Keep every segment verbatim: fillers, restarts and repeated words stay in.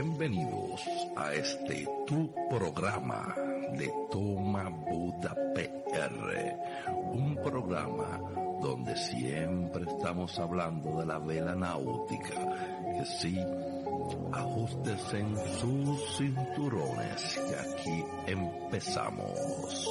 Bienvenidos a este tu programa de Toma Buda P R, un programa donde siempre estamos hablando de la vela náutica, que sí, ajústense en sus cinturones, que aquí empezamos.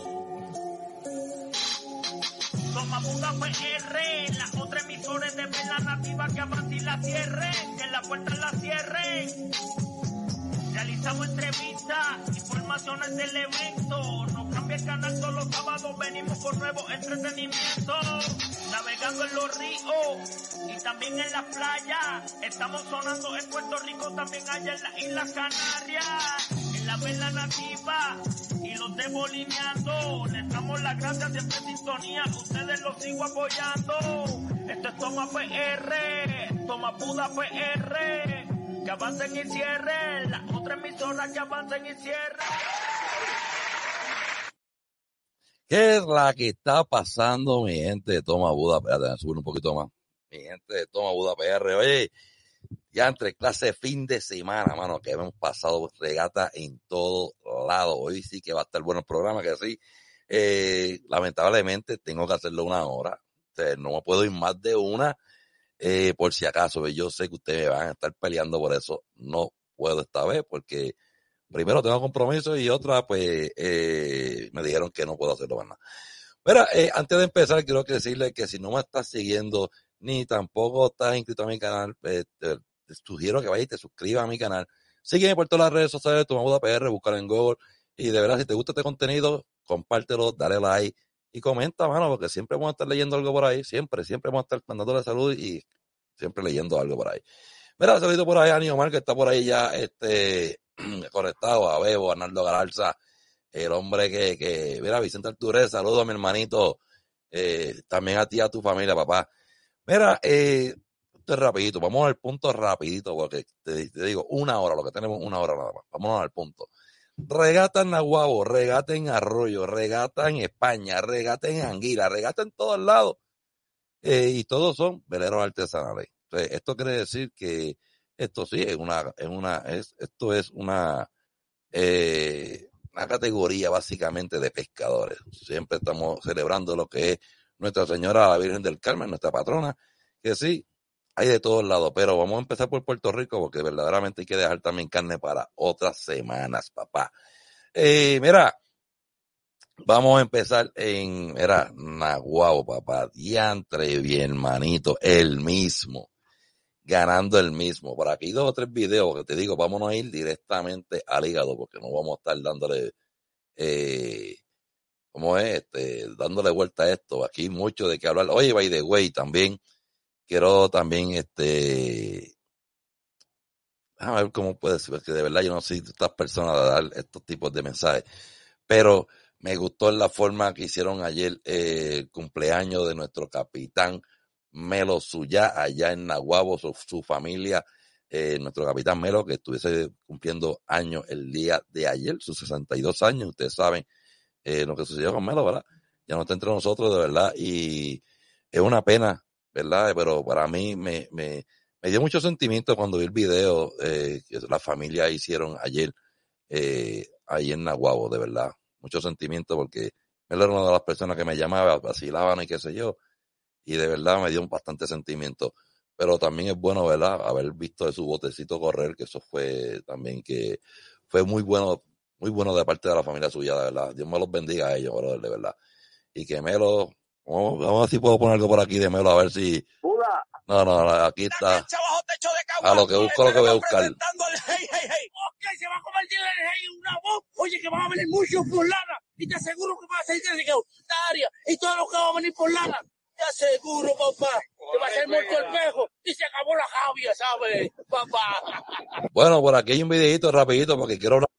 Toma Buda P R, las otras emisoras de vela nativa que avanzan y la cierren, que la puerta la cierren. Realizamos entrevistas, informaciones del evento. No cambia el canal todos los sábados, venimos con nuevo entretenimiento. Navegando en los ríos y también en la playa. Estamos sonando en Puerto Rico, también allá en las Islas Canarias. En la vela nativa y los debolineando. Les damos las gracias, siempre en sintonía. Ustedes los sigo apoyando. Esto es Toma P R, Toma Buda P R. Que avancen y cierren, las otras emisoras que avancen y cierren. ¿Qué es la que está pasando, mi gente de Toma Buda? Espérate, subir un poquito más. Mi gente de Toma Buda P R, oye, ya entre clase fin de semana, mano, que hemos pasado regata en todo lado. Hoy sí que va a estar bueno el programa, que sí. Eh, lamentablemente tengo que hacerlo una hora. O sea, no me puedo ir más de una. Eh, por si acaso, yo sé que ustedes me van a estar peleando por eso, no puedo esta vez, porque primero tengo compromiso y otra, pues, eh, me dijeron que no puedo hacerlo más nada. Pero, eh, antes de empezar, quiero que decirles que si no me estás siguiendo, ni tampoco estás inscrito a mi canal, eh, te, te sugiero que vayas y te suscribas a mi canal. Sígueme por todas las redes sociales, Toma Buda P R, búscalo en Google, y de verdad, si te gusta este contenido, compártelo, dale like, y comenta, mano, porque siempre vamos a estar leyendo algo por ahí, siempre, siempre vamos a estar mandándole salud y siempre leyendo algo por ahí. Mira, saludito por ahí a Niomar, que está por ahí ya este conectado, a Bebo, a Arnaldo Galarza, el hombre que, que, mira, Vicente Alturez, saludos a mi hermanito, eh, también a ti y a tu familia, papá. Mira, eh, esto es rapidito, vamos al punto rapidito, porque te, te digo, una hora, lo que tenemos una hora nada más, vámonos al punto. Regata en Naguabo, regata en Arroyo, regata en España, regata en Anguila, regata en todos lados. Eh, y todos son veleros artesanales. Entonces, esto quiere decir que esto sí es una, es una, es, esto es una, eh, una categoría básicamente de pescadores. Siempre estamos celebrando lo que es Nuestra Señora la Virgen del Carmen, nuestra patrona, que sí, hay de todos lados, pero vamos a empezar por Puerto Rico porque verdaderamente hay que dejar también carne para otras semanas, papá. Eh, mira, vamos a empezar en, era Naguabo, papá, diantre bien, manito, el mismo, ganando el mismo. Por aquí dos o tres videos que te digo, vámonos a ir directamente al hígado porque no vamos a estar dándole, eh, ¿cómo es? Este, dándole vuelta a esto. Aquí mucho de qué hablar. Oye, by the way, también quiero también, este, déjame ver cómo puede ser, porque de verdad yo no soy de estas personas de dar estos tipos de mensajes, pero me gustó la forma que hicieron ayer eh, el cumpleaños de nuestro capitán Melo Suyá, allá en Naguabo, su, su familia, eh, nuestro capitán Melo, que estuviese cumpliendo años el día de ayer, sus sesenta y dos años. Ustedes saben eh, lo que sucedió con Melo, ¿verdad? Ya no está entre nosotros, de verdad, y es una pena, ¿verdad? Pero para mí me, me, me dio mucho sentimiento cuando vi el video eh, que la familia hicieron ayer eh, ahí en Naguabo, de verdad. Mucho sentimiento porque él era una de las personas que me llamaba, vacilaban y qué sé yo, y de verdad me dio bastante sentimiento. Pero también es bueno, ¿verdad?, haber visto de su botecito correr, que eso fue también que fue muy bueno, muy bueno de parte de la familia suya, de verdad. Dios me los bendiga a ellos, brother, de verdad. Y que Melo, vamos, vamos a ver si puedo poner algo por aquí de Melo, a ver si... Buda. No, no, no, aquí está. A lo que busco, lo que voy a buscar. Ok, se va a convertir en hey, una voz. Oye, que van a venir muchos por lana. Y te aseguro que va a salir de esta área. Y todo lo que va a venir por lana. Te aseguro, papá, que va a ser muerto el pejo. Y se acabó la javia, ¿sabes, papá? Bueno, por aquí hay un videito rapidito porque quiero hablar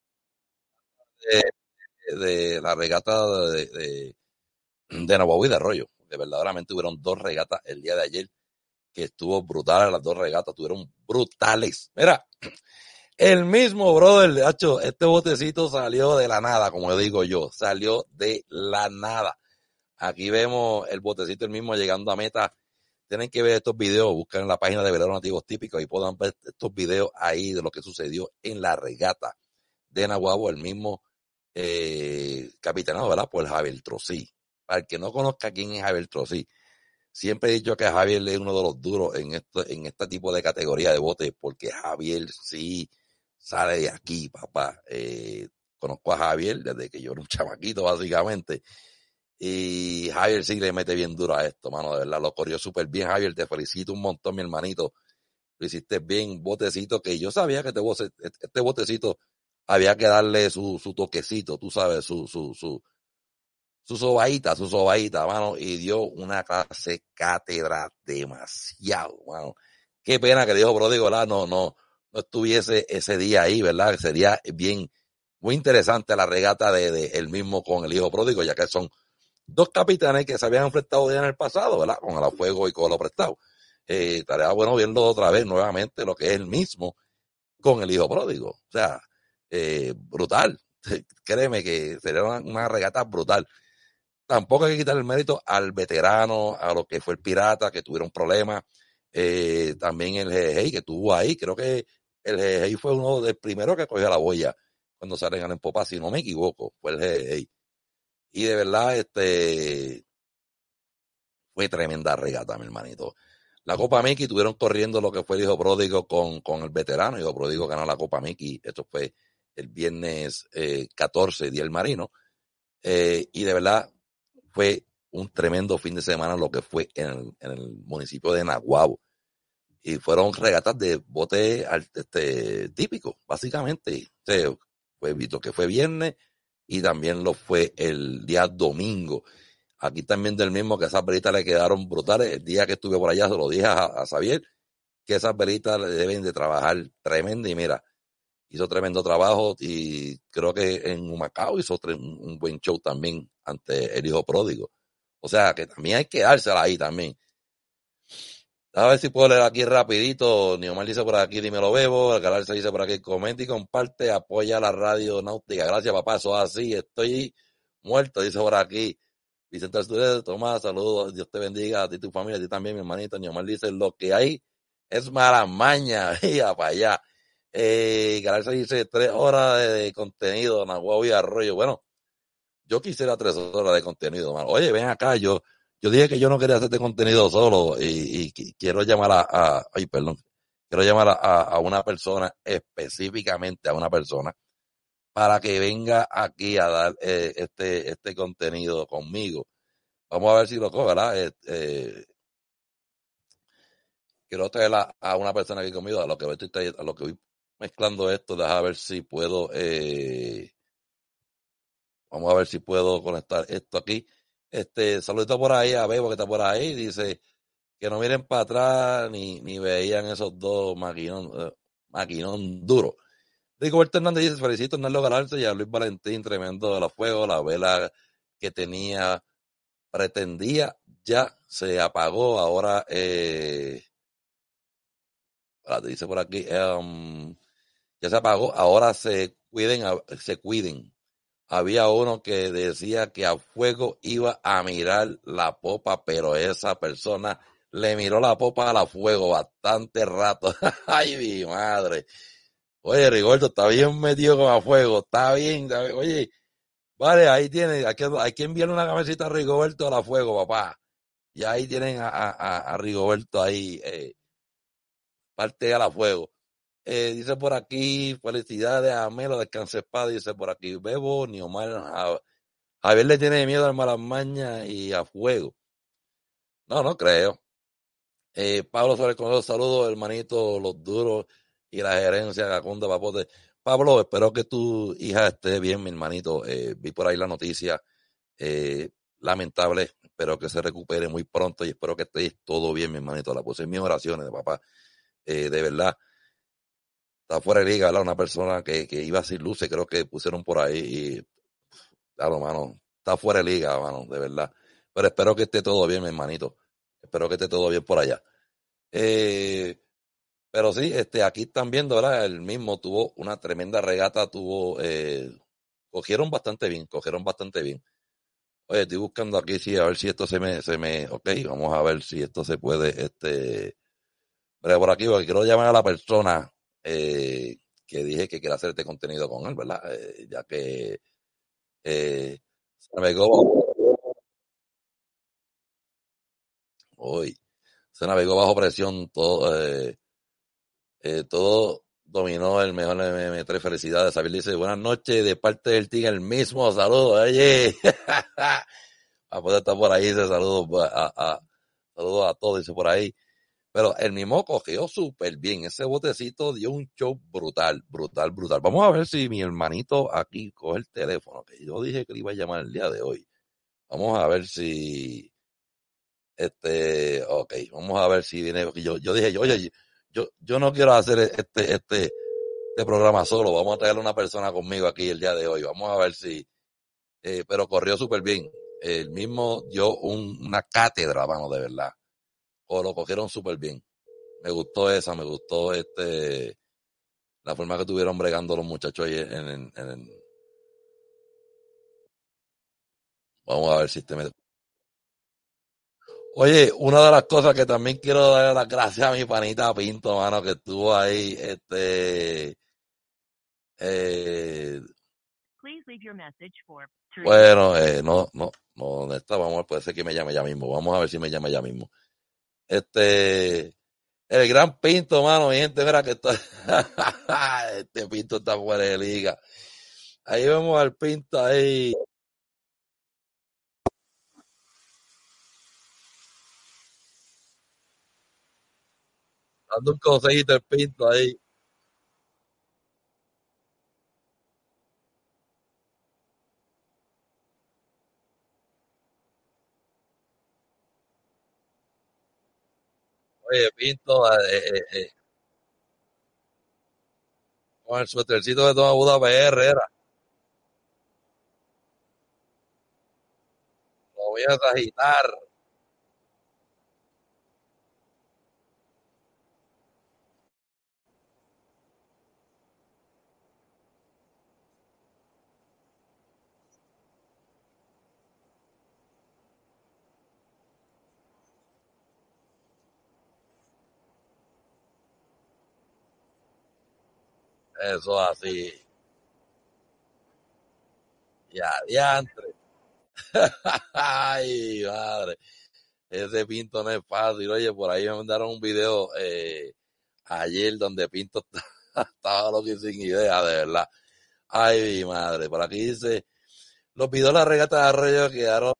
de, de la regata de, de, de Naguabo y de Arroyo. Que verdaderamente hubieron dos regatas el día de ayer que estuvo brutal. Las dos regatas tuvieron brutales. Mira, el mismo brother, de hecho, este botecito salió de la nada, como digo yo, salió de la nada. Aquí vemos el botecito el mismo llegando a meta tienen que ver estos videos, buscan en la página de Veleros Nativos Típicos y puedan ver estos videos ahí de lo que sucedió en la regata de Naguabo, el mismo eh, capitaneado, ¿verdad? Por Javier Trocí. Para el que no conozca quién es Javier Trocí, siempre he dicho que Javier es uno de los duros en esto, en este tipo de categoría de botes, porque Javier sí sale de aquí, papá. Eh, conozco a Javier desde que yo era un chamaquito, básicamente. Y Javier sí le mete bien duro a esto, mano, de verdad, lo corrió súper bien, Javier, te felicito un montón, mi hermanito, lo hiciste bien, botecito, que yo sabía que este, bote, este botecito había que darle su, su toquecito, tú sabes, su, su, su, su sobaíta, su sobaíta, mano, y dio una clase cátedra demasiado, mano. Qué pena que dijo Pródigo, ¿verdad? No, no, no estuviese ese día ahí, ¿verdad? Sería bien, muy interesante la regata de, de él mismo con el hijo pródigo, ya que son dos capitanes que se habían enfrentado ya en el pasado, ¿verdad? Con el fuego y con lo prestado. Eh, estaría bueno verlo otra vez nuevamente, lo que es el mismo con el hijo pródigo. O sea, eh, brutal. Créeme que sería una, una regata brutal. Tampoco hay que quitar el mérito al veterano, a lo que fue el pirata, que tuvieron problemas. Eh, también el G G I que estuvo ahí. Creo que el G G I fue uno de los primeros que cogió la boya cuando salen en popa, si no me equivoco, fue el G G I. Y de verdad, este, fue tremenda regata, mi hermanito. La Copa Mickey tuvieron corriendo lo que fue el hijo pródigo con, con el veterano. El hijo pródigo ganó la Copa Mickey. Esto fue el viernes eh, catorce, Día del Marino. Eh, y de verdad fue un tremendo fin de semana lo que fue en el, en el municipio de Naguabo. Y fueron regatas de bote este, típico, básicamente. O sea, fue visto que fue viernes y también lo fue el día domingo. Aquí también del mismo que esas velitas le quedaron brutales. El día que estuve por allá se lo dije a, a Xavier que esas velitas le deben de trabajar tremendo. Y mira, hizo tremendo trabajo y creo que en Humacao hizo un buen show también ante el hijo pródigo. O sea que también hay que dársela ahí también. A ver si puedo leer aquí rapidito. Niomar dice por aquí, dímelo bebo. El canal se dice por aquí, comenta y comparte, apoya la radio náutica. Gracias papá, eso es así. Estoy muerto, dice por aquí. Vicente Asturias, Tomás, saludos, Dios te bendiga a ti y tu familia, a ti también, mi hermanito. Niomar dice, lo que hay es mala maña, ya para allá. Eh, Canal se dice, tres horas de, de contenido, Naguabo y Arroyo. Bueno, yo quisiera tres horas de contenido, mano. Oye, ven acá, yo yo dije que yo no quería hacerte contenido solo y, y quiero llamar a, a, ay, perdón, quiero llamar a, a una persona, específicamente a una persona, para que venga aquí a dar eh, este este contenido conmigo. Vamos a ver si lo cojo, ¿verdad? Eh, eh, quiero traer a, a una persona aquí conmigo, a lo que voy, a lo que voy mezclando esto, deja ver si puedo, eh, vamos a ver si puedo conectar esto aquí. Este, saludito por ahí a Bebo que está por ahí, dice que no miren para atrás ni, ni veían esos dos maquinón, eh, maquinón duro. Rigoberto Hernández dice, felicito a Hernando Galarza y a Luis Valentín, tremendo de los fuegos, la vela que tenía, pretendía, ya se apagó, ahora, eh, dice por aquí, um, ya se apagó, ahora se cuiden, se cuiden. Había uno que decía que a fuego iba a mirar la popa, pero esa persona le miró la popa a la fuego bastante rato. Ay, mi madre. Oye, Rigoberto, está bien metido con a fuego, está bien, está bien. Oye, vale, ahí tiene, hay que, hay que enviarle una cabecita a Rigoberto a la fuego, papá. Y ahí tienen a, a, a Rigoberto ahí, eh, parte a la fuego. Eh, dice por aquí, felicidades a Melo, descanse espada, dice por aquí, Bebo, ni Omar, a, Javier le tiene miedo al malamaña y a fuego. No, no creo. Eh, Pablo Suárez con los saludos, hermanito, los duros y la gerencia, Gacunda, Papote. Pablo, espero que tu hija esté bien, mi hermanito. Eh, vi por ahí la noticia, eh, lamentable, espero que se recupere muy pronto y espero que esté todo bien, mi hermanito. La puse en mis oraciones de papá. Eh, de verdad, está fuera de liga, ¿verdad? Una persona que, que iba sin luces, creo que pusieron por ahí y, claro, mano, está fuera de liga, mano, de verdad. Pero espero que esté todo bien, mi hermanito. Espero que esté todo bien por allá. Eh, pero sí, este, aquí están viendo, ¿verdad? El mismo tuvo una tremenda regata, tuvo, eh, cogieron bastante bien, cogieron bastante bien. Oye, estoy buscando aquí, sí, a ver si esto se me, se me, ok, vamos a ver si esto se puede, este, pero por aquí, porque quiero llamar a la persona eh, que dije que quiere hacer este contenido con él, ¿verdad? Eh, ya que eh, se navegó bajo, hoy, se navegó bajo presión, todo, eh, eh, todo dominó el mejor M M tres. Felicidades. Xavier dice, buenas noches, de parte del team, el mismo saludo, oye. A poder estar por ahí, dice saludos a, a, saludos a todos, dice por ahí. Pero el mismo cogió súper bien. Ese botecito dio un show brutal, brutal, brutal. Vamos a ver si mi hermanito aquí coge el teléfono, que yo dije que le iba a llamar el día de hoy. Vamos a ver si, este, ok, vamos a ver si viene. Yo, yo dije, oye, yo, yo no quiero hacer este, este, este programa solo. Vamos a traerle una persona conmigo aquí el día de hoy. Vamos a ver si, eh, pero corrió súper bien. El mismo dio un, una cátedra, mano, de verdad. O lo cogieron súper bien. Me gustó esa, me gustó este la forma que tuvieron bregando los muchachos ahí en, en, en, en vamos a ver si te me... Oye, una de las cosas que también quiero darle las gracias a mi panita Pinto, mano, que estuvo ahí, este, eh, bueno, eh, no, no, no, ¿dónde está? Vamos a ver, puede ser que me llame ya mismo, vamos a ver si me llama ya mismo. Este, el gran Pinto, mano, mi gente, mira que está, este Pinto está fuera de liga. Ahí vemos al Pinto ahí. Dando un consejito el Pinto ahí. Oye, Pinto, eh, eh, eh, con el suétercito de toda Buda P R era. Lo voy a agitar. Eso así. Ya, diantre. Ay, madre. Ese Pinto no es fácil. Oye, por ahí me mandaron un video eh, ayer donde Pinto estaba loco y sin idea, de verdad. Ay, mi madre. Por aquí dice, los videos de la regata de Arroyo quedaron,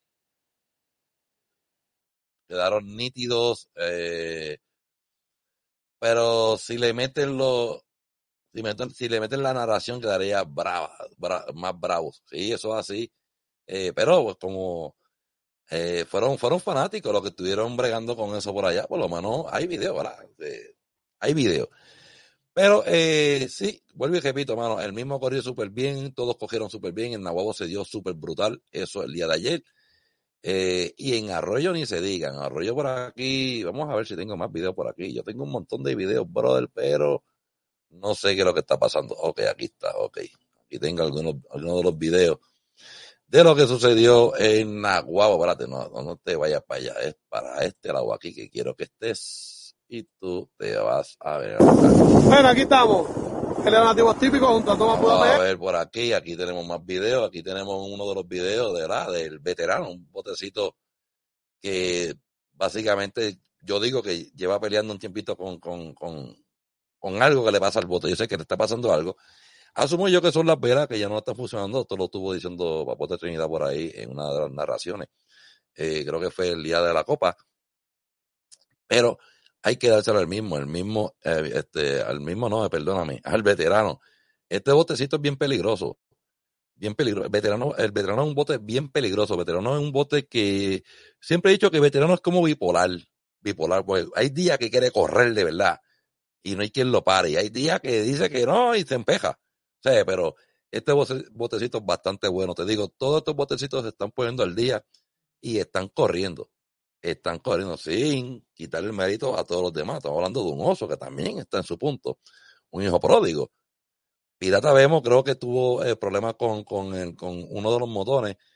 quedaron nítidos, eh, pero si le meten los, si, meten, si le meten la narración quedaría brava, bra, más bravos. Sí, eso es así. Eh, pero pues como eh, fueron, fueron fanáticos los que estuvieron bregando con eso por allá, por lo menos hay video, ¿verdad? Eh, hay video. Pero eh, sí, vuelvo y repito, mano, el mismo corrió súper bien, todos cogieron súper bien, en Nahuabo se dio súper brutal, eso el día de ayer. Eh, y en Arroyo ni se digan, Arroyo por aquí, vamos a ver si tengo más videos por aquí. Yo tengo un montón de videos, brother, pero no sé qué es lo que está pasando. Ok, aquí está, ok. Aquí tengo algunos, algunos de los videos de lo que sucedió en Naguabo. Espérate, no, no te vayas para allá, es para este lado aquí que quiero que estés y tú te vas a ver. Bueno, aquí estamos. El nativo típico junto a Tomás Buda P R. Vamos a ver por aquí, aquí tenemos más videos, aquí tenemos uno de los videos de la, del veterano, un botecito que básicamente yo digo que lleva peleando un tiempito con, con, con, con algo que le pasa al bote. Yo sé que le está pasando algo. Asumo yo que son las velas que ya no están funcionando. Esto lo estuvo diciendo Papote Trinidad por ahí en una de las narraciones. Eh, creo que fue el día de la Copa. Pero hay que dárselo al mismo, el mismo, eh, este, al mismo no, perdóname, al veterano. Este botecito es bien peligroso. Bien peligroso. El veterano, el veterano es un bote bien peligroso. El veterano es un bote que siempre he dicho que el veterano es como bipolar. Bipolar, pues hay días que quiere correr de verdad y no hay quien lo pare. Y hay días que dice que no y se empeja. O sea, pero este botecito es bastante bueno. Te digo, todos estos botecitos se están poniendo al día y están corriendo. Están corriendo sin quitarle el mérito a todos los demás. Estamos hablando de un oso que también está en su punto. Un hijo pródigo. Pirata Vemos creo que tuvo eh, problemas con, con, el, con uno de los motores,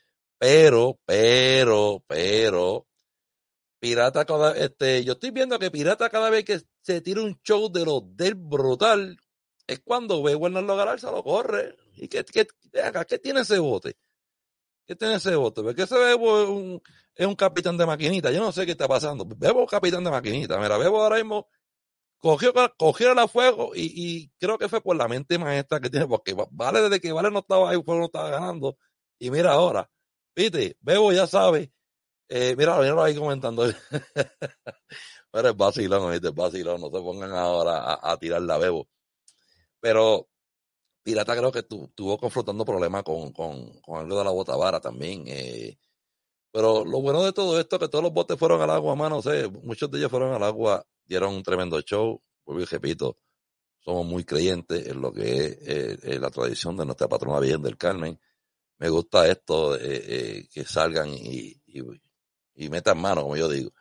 pero, pero, pero, Pirata cada, este, yo estoy viendo que Pirata cada vez que se tira un show de los del brutal, es cuando ve Bernardo Galarza lo corre. ¿Y qué, qué, acá, qué tiene ese bote? ¿Qué tiene ese bote? Porque ese Bebo es un, es un capitán de maquinita. Yo no sé qué está pasando. Bebo es capitán de maquinita. Mira, Bebo ahora mismo cogió, cogió el fuego y, y creo que fue por la mente maestra que tiene, porque Vale desde que Vale no estaba ahí, Fuego no estaba ganando. Y mira ahora, viste, Bebo ya sabe. Eh, mira, mira ahí comentando. Pero es vacilón, ¿viste? Es vacilón. No se pongan ahora a, a tirar la Bebo. Pero Pirata creo que tu, tuvo confrontando problemas con, con, con algo de la botavara también. Eh, pero lo bueno de todo esto es que todos los botes fueron al agua, mano. No sé, muchos de ellos fueron al agua, dieron un tremendo show. Vuelvo y repito, somos muy creyentes en lo que es eh, eh, la tradición de nuestra patrona Virgen del Carmen. Me gusta esto, eh, eh, que salgan y, y, y metan mano, como yo digo.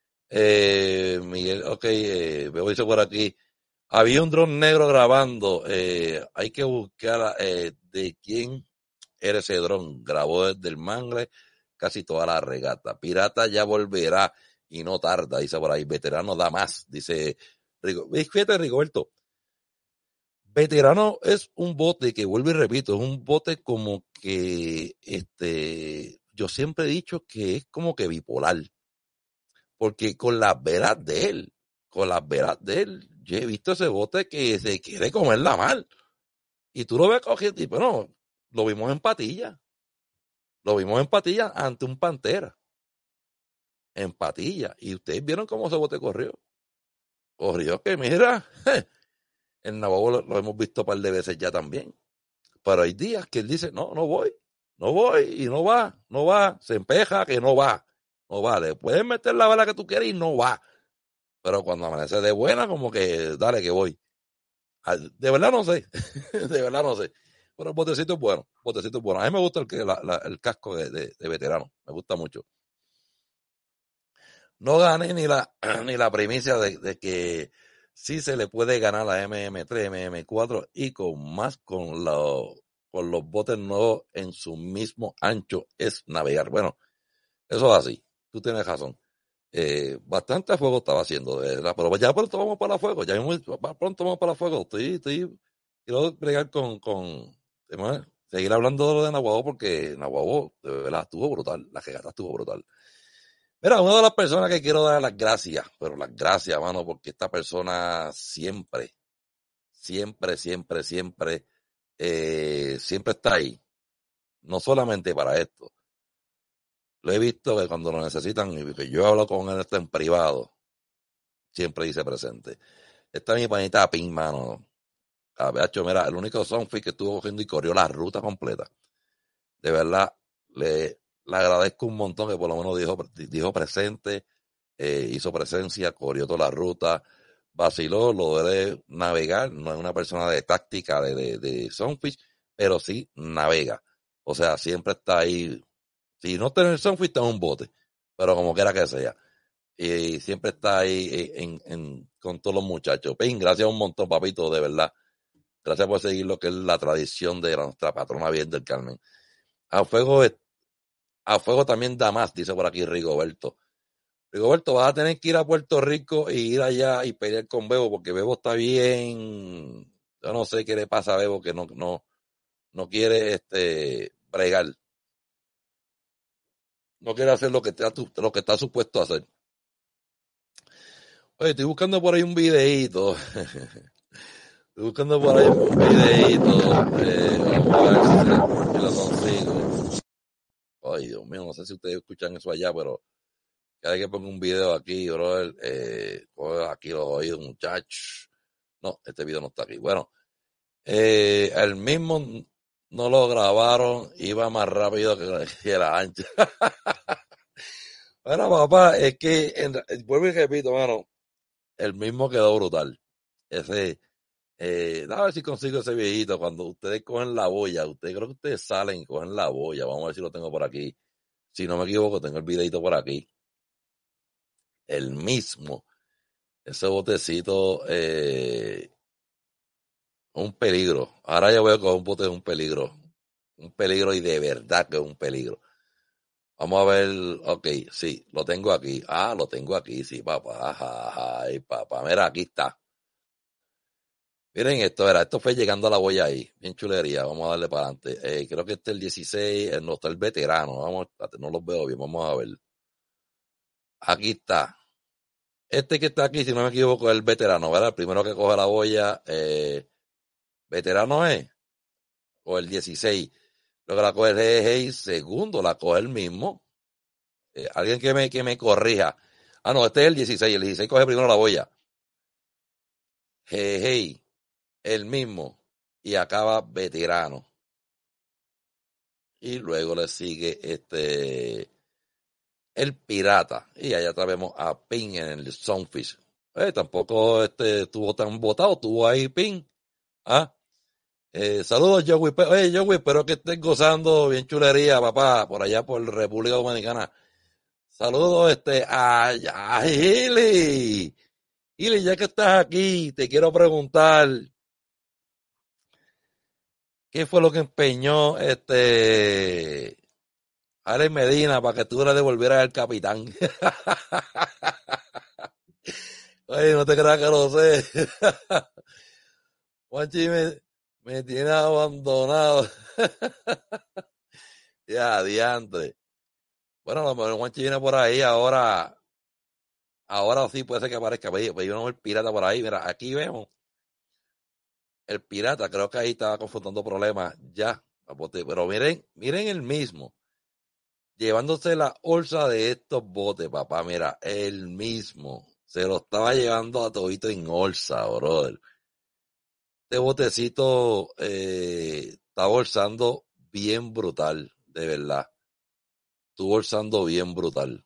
Eh, Miguel, ok, eh, veo dice por aquí, había un dron negro grabando, eh, hay que buscar eh, de quién era ese dron, grabó desde el Mangle casi toda la regata. Pirata ya volverá y no tarda, dice por ahí, veterano da más, dice Rigo. Fíjate, Rigoberto, veterano es un bote que, vuelvo y repito, es un bote como que, este, yo siempre he dicho que es como que bipolar, porque con las veras de él, con las veras de él, yo he visto ese bote que se quiere comer la mal, y tú lo ves cogiendo, y bueno, lo vimos en Patilla, lo vimos en Patilla ante un Pantera, en Patilla, y ustedes vieron cómo ese bote corrió, corrió que mira, en Navajo lo, lo hemos visto un par de veces ya también. Pero hay días que él dice, no, no voy, no voy, y no va, no va, se empeja que no va, no va, le puedes meter la bala que tú quieres y no va. Pero cuando amanece de buena, como que, dale que voy. De verdad no sé, de verdad no sé. Pero el botecito es bueno, el botecito es bueno. A mí me gusta el, que, la, la, el casco de, de, de veterano, me gusta mucho. No gané ni la, ni la primicia de, de que sí se le puede ganar la M M tres, M M cuatro y con más con, la, con los botes nuevos en su mismo ancho es navegar. Bueno, eso es así, tú tienes razón. Eh, bastante fuego estaba haciendo, de verdad, pero ya pronto vamos para el fuego, ya muy, pronto vamos para el fuego. Estoy, estoy, quiero bregar con, con seguir hablando de lo de Nahuatl porque Nahuatl de verdad estuvo brutal, la regata estuvo brutal. Mira, una de las personas que quiero dar las gracias, pero las gracias, mano, porque esta persona siempre, siempre, siempre, siempre, eh, siempre está ahí. No solamente para esto. Lo he visto que cuando lo necesitan, y que yo hablo con él en privado, siempre dice presente. Esta es mi panita Pin, mano. A ver, mira, el único Sunfish que estuvo cogiendo y corrió la ruta completa. De verdad, le, le agradezco un montón que por lo menos dijo, dijo presente, eh, hizo presencia, corrió toda la ruta, vaciló, lo de navegar, no es una persona de táctica de, de, de Sunfish, pero sí navega. O sea, siempre está ahí. Si no está en el Sunfish, está en un bote, pero como quiera que sea. Y siempre está ahí en, en, con todos los muchachos. Pin, gracias un montón, papito, de verdad. Gracias por seguir lo que es la tradición de nuestra patrona Virgen del Carmen. A fuego, a fuego también da más, dice por aquí Rigoberto. Rigoberto, vas a tener que ir a Puerto Rico y ir allá y pelear con Bebo, porque Bebo está bien. Yo no sé qué le pasa a Bebo, que no, no, no quiere este bregar. No quiere hacer lo que está, lo que está supuesto a hacer. Oye, estoy buscando por ahí un videíto. Estoy buscando por ahí un videíto. Eh, vamos a ver si lo consigo. Ay, Dios mío, no sé si ustedes escuchan eso allá, pero cada vez que pongo un video aquí, brother, eh, aquí los oídos, muchachos. No, este video no está aquí. Bueno, eh, el mismo no lo grabaron, iba más rápido que, que la ancha. Bueno, papá, es que, en, vuelvo y repito, mano, el mismo quedó brutal. Ese, eh, a ver si consigo ese viejito. Cuando ustedes cogen la boya, ustedes creo que ustedes salen y cogen la boya. Vamos a ver si lo tengo por aquí. Si no me equivoco, tengo el videito por aquí. El mismo. Ese botecito, eh, un peligro. Ahora yo veo que un bote es un peligro. Un peligro y de verdad que es un peligro. Vamos a ver, ok, sí, lo tengo aquí. Ah, lo tengo aquí, sí, papá. Ajá, ay, papá, mira, aquí está. Miren esto, era, esto fue llegando a la boya ahí, bien chulería, vamos a darle para adelante. Eh, creo que este es el dieciséis, eh, no está el veterano, vamos, espérate, no los veo bien, vamos a ver. Aquí está. Este que está aquí, si no me equivoco, es el veterano, ¿verdad? El primero que coge la boya, eh, veterano es, o el dieciséis. Luego la coge el G G, segundo la coge el mismo. Eh, alguien que me, que me corrija. Ah, no, este es el dieciséis, el dieciséis coge primero la boya. G G, el mismo, y acaba veterano. Y luego le sigue este el pirata. Y allá atrás vemos a Pin en el Sunfish. Eh, tampoco este estuvo tan botado, estuvo ahí Pin. Ah, eh, saludos, Joey. Oye, Joey, espero que estés gozando bien chulería, papá, por allá por República Dominicana. Saludos este, a, a Gili. Gili, ya que estás aquí, te quiero preguntar, ¿qué fue lo que empeñó este Alex Medina para que tú le devolvieras al capitán? Oye, no te creas que lo sé. Juanchi me, me tiene abandonado. Ya, diantre. Bueno, a lo mejor Juanchi viene por ahí ahora. Ahora sí puede ser que aparezca. Pero yo no veo el pirata por ahí. Mira, aquí vemos. El pirata, creo que ahí estaba confrontando problemas ya. Pero miren, miren el mismo. Llevándose la bolsa de estos botes, papá. Mira, el mismo. Se lo estaba llevando a todito en bolsa, brother. Este botecito eh, está bolsando bien brutal, de verdad. Estuvo bolsando bien brutal.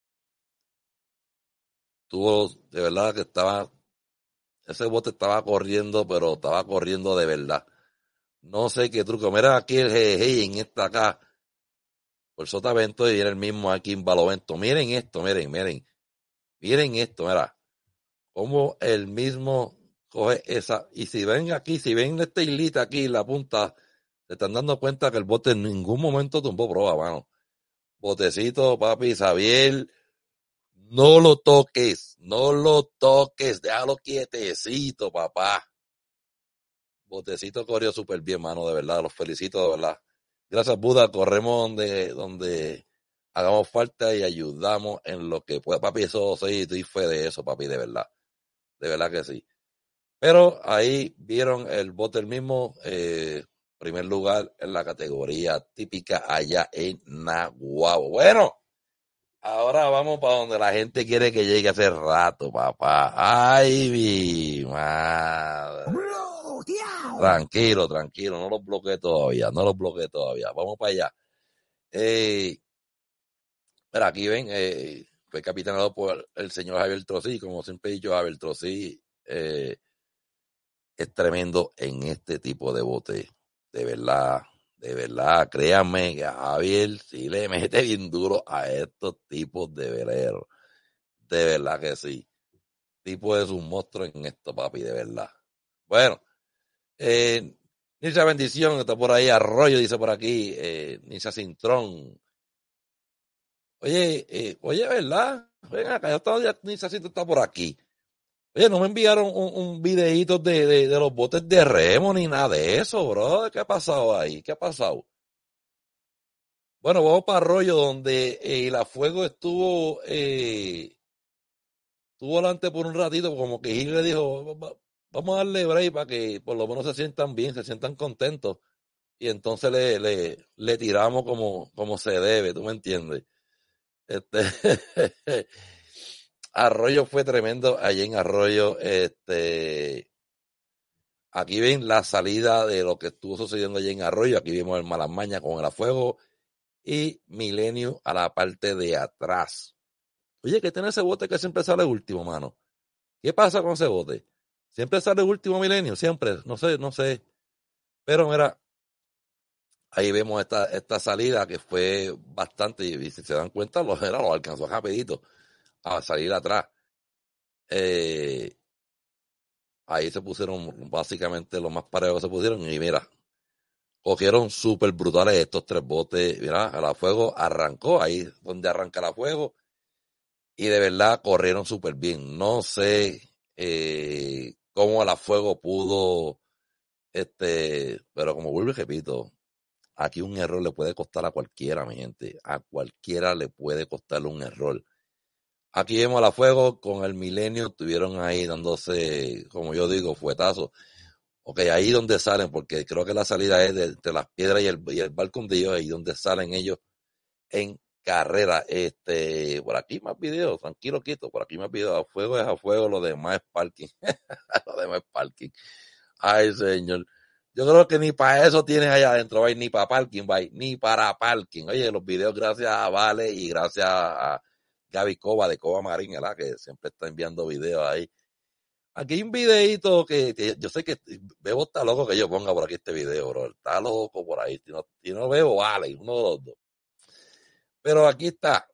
Tuvo, de verdad que estaba, ese bote estaba corriendo, pero estaba corriendo de verdad. No sé qué truco. Mira aquí el jeje en esta acá. Por Sotavento y viene el mismo aquí en Balovento. Miren esto, miren, miren. Miren esto, mira. Como el mismo coge esa. Y si ven aquí, si ven esta islita aquí en la punta, se están dando cuenta que el bote en ningún momento tumbó proa, mano. Botecito, papi, Xavier, no lo toques, no lo toques, déjalo quietecito, papá. Botecito corrió súper bien, mano, de verdad, los felicito, de verdad. Gracias, Buda, corremos donde, donde hagamos falta y ayudamos en lo que pueda, papi, eso sí, estoy fe de eso, papi, de verdad, de verdad que sí. Pero ahí vieron el bote el mismo, eh, primer lugar en la categoría típica allá en Naguabo. Bueno, ahora vamos para donde la gente quiere que llegue hace rato, papá. Ay, mi madre. Tranquilo, tranquilo, no los bloqueé todavía, no los bloqueé todavía. Vamos para allá. Eh, mira, aquí ven, eh, fue capitaneado por el señor Javier Trocí, como siempre he dicho, Javier Trocí, eh, es tremendo en este tipo de bote. De verdad, de verdad, créanme que a Javier sí le mete bien duro a estos tipos de veleros. De verdad que sí. Tipo es un monstruo en esto, papi, de verdad. Bueno, eh, Nilsa Bendición, está por ahí, Arroyo, dice por aquí, eh, Nilsa Cintrón. Oye, eh, oye, ¿verdad? Ven acá, ya está, ya Nilsa Cintrón está por aquí. Oye, no me enviaron un, un videíto de, de, de los botes de remo ni nada de eso, bro. ¿Qué ha pasado ahí? ¿Qué ha pasado? Bueno, vamos para Arroyo, donde eh, el Afuego estuvo, eh, estuvo delante por un ratito, como que Gil le dijo, vamos a darle break para que por lo menos se sientan bien, se sientan contentos. Y entonces le, le, le tiramos como, como se debe, ¿tú me entiendes? Este, Arroyo fue tremendo allí en Arroyo, este... Aquí ven la salida de lo que estuvo sucediendo allí en Arroyo. Aquí vimos el Malamaña con el Afuego y Milenio a la parte de atrás. Oye, que tiene ese bote que siempre sale último, mano. ¿Qué pasa con ese bote? Siempre sale último Milenio, siempre. No sé, no sé. Pero mira, ahí vemos esta, esta salida que fue bastante, y si se dan cuenta, lo, era, lo alcanzó rapidito a salir atrás. Eh, ahí se pusieron básicamente los más parejos se pusieron y mira, cogieron súper brutales estos tres botes, mira, a fuego arrancó, ahí donde arranca la fuego, y de verdad corrieron súper bien. No sé eh, cómo la fuego pudo, este, pero como vuelvo y repito, aquí un error le puede costar a cualquiera, mi gente, a cualquiera le puede costar un error. Aquí vemos a la fuego con el Milenio, estuvieron ahí dándose, como yo digo, fuetazos. Ok, ahí donde salen, porque creo que la salida es de, entre las piedras y el, y el balcón de ellos, ahí donde salen ellos en carrera. Este, por aquí más videos, tranquilo, quieto, por aquí más videos. A fuego es a fuego, lo demás es parking. Lo demás es parking. Ay, señor. Yo creo que ni para eso tienes allá adentro, ¿vai? Ni para parking, ¿vai? Ni para parking. Oye, los videos gracias a Vale y gracias a Gaby Cova de Cova Marín, ¿verdad? Que siempre está enviando videos ahí. Aquí hay un videito que, que yo sé que Bebo está loco que yo ponga por aquí este video, bro. Está loco por ahí. Si no, si no Bebo, vale, uno de los dos. Pero aquí está.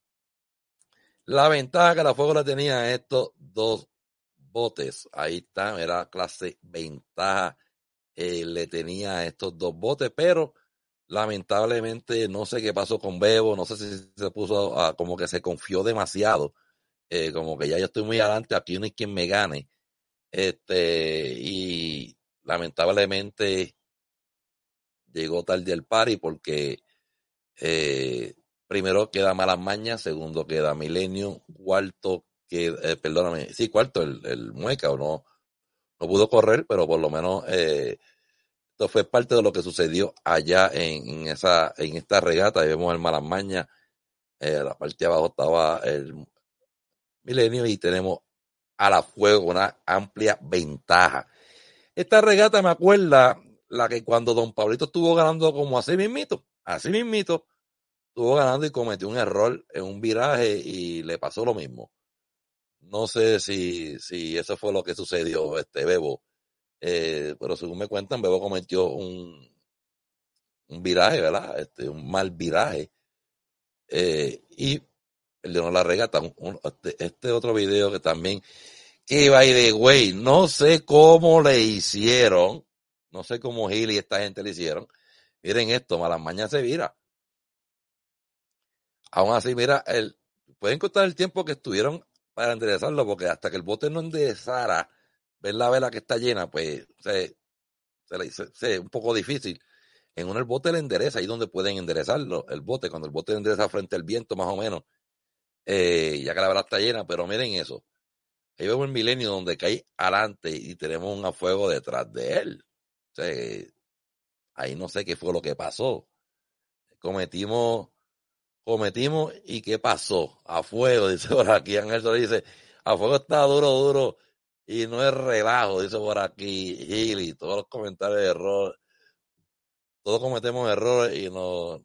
La ventaja que la fuego la tenía estos dos botes. Ahí está, era clase ventaja. Eh, le tenía estos dos botes, pero lamentablemente no sé qué pasó con Bebo. No sé si se puso a, como que se confió demasiado. Eh, como que ya yo estoy muy adelante, aquí no hay quien me gane. Este, y lamentablemente llegó tarde el party porque eh, primero queda Malas Mañas, segundo queda Milenio, cuarto queda, eh, perdóname, sí, cuarto el, el Mueca, o no, no pudo correr, pero por lo menos eh, esto fue parte de lo que sucedió allá en, en esa, en esta regata. Ahí vemos el Malas Mañas, eh, la parte de abajo estaba el Milenio y tenemos a la fuego una amplia ventaja. Esta regata me acuerda la que cuando Don Pablito estuvo ganando como así mismito, así mismito, estuvo ganando y cometió un error en un viraje y le pasó lo mismo. No sé si, si eso fue lo que sucedió, este Bebo, eh, pero según me cuentan, Bebo cometió un, un viraje, ¿verdad? Este, un mal viraje. Eh, y perdió la regata. Un, un, este, este otro video que también, que by the way, no sé cómo le hicieron, no sé cómo Gil y esta gente le hicieron. Miren esto, Malas Mañas se vira. Aún así, mira, el, pueden contar el tiempo que estuvieron para enderezarlo, porque hasta que el bote no enderezara, ver la vela que está llena, pues se, se le dice se, un poco difícil. En uno el bote le endereza, ahí donde pueden enderezarlo, el bote, cuando el bote endereza frente al viento, más o menos, eh, ya que la vela está llena, pero miren eso. Ahí vemos el Milenio donde cae adelante y tenemos un fuego detrás de él. O sea, ahí no sé qué fue lo que pasó. Cometimos, cometimos y qué pasó. A fuego, dice por aquí. Ángel Solís dice, a fuego está duro, duro y no es relajo, dice por aquí Gili. Todos los comentarios de error. Todos cometemos errores y nos,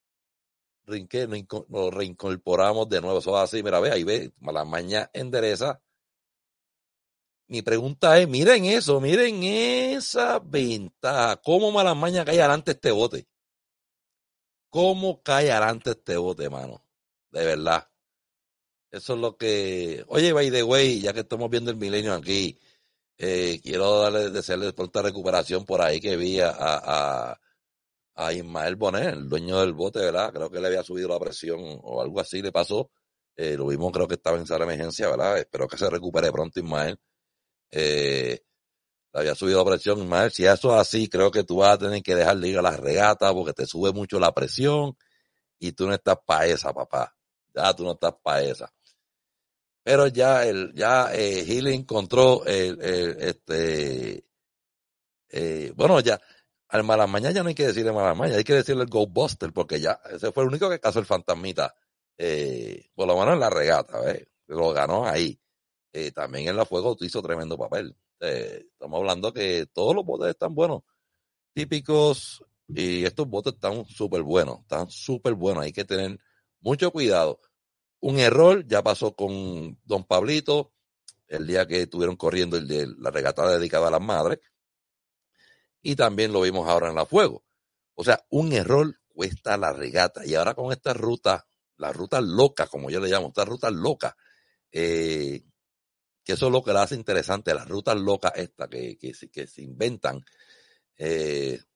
nos reincorporamos de nuevo. Eso es así, mira, ve, ahí ve, Malas Mañas endereza. Mi pregunta es, miren eso, miren esa ventaja. ¿Cómo Malas Mañas cae adelante este bote? ¿Cómo cae adelante este bote, mano? De verdad. Eso es lo que... Oye, by the way, ya que estamos viendo el Milenio aquí, eh, quiero darle, desearle pronta recuperación por ahí que vi a, a, a Ismael Bonet, el dueño del bote, ¿verdad? Creo que le había subido la presión o algo así le pasó. Eh, lo vimos, creo que estaba en sala de emergencia, ¿verdad? Espero que se recupere pronto Ismael. Eh, le había subido la presión, Ismael. Si eso es así, creo que tú vas a tener que dejar de ir a las regatas porque te sube mucho la presión y tú no estás para esa, papá. Ya tú no estás para esa. Pero ya el, ya eh, Gil encontró el, el, este, eh, bueno, ya al Malas Mañas ya no hay que decirle Malas Mañas, hay que decirle el Ghostbuster porque ya ese fue el único que cazó el fantasmita, eh, por lo menos en la regata, ¿ves? Lo ganó ahí. Eh, también en la fuego hizo tremendo papel. Eh, estamos hablando que todos los botes están buenos, típicos, y estos botes están súper buenos, están súper buenos, hay que tener mucho cuidado. Un error ya pasó con Don Pablito, el día que estuvieron corriendo el de la regata dedicada a las madres, y también lo vimos ahora en la fuego. O sea, un error cuesta la regata, y ahora con esta ruta, la ruta loca, como yo le llamo, esta ruta loca, eh, que eso es lo que la hace interesante, las rutas locas estas que, que, que se inventan, eh,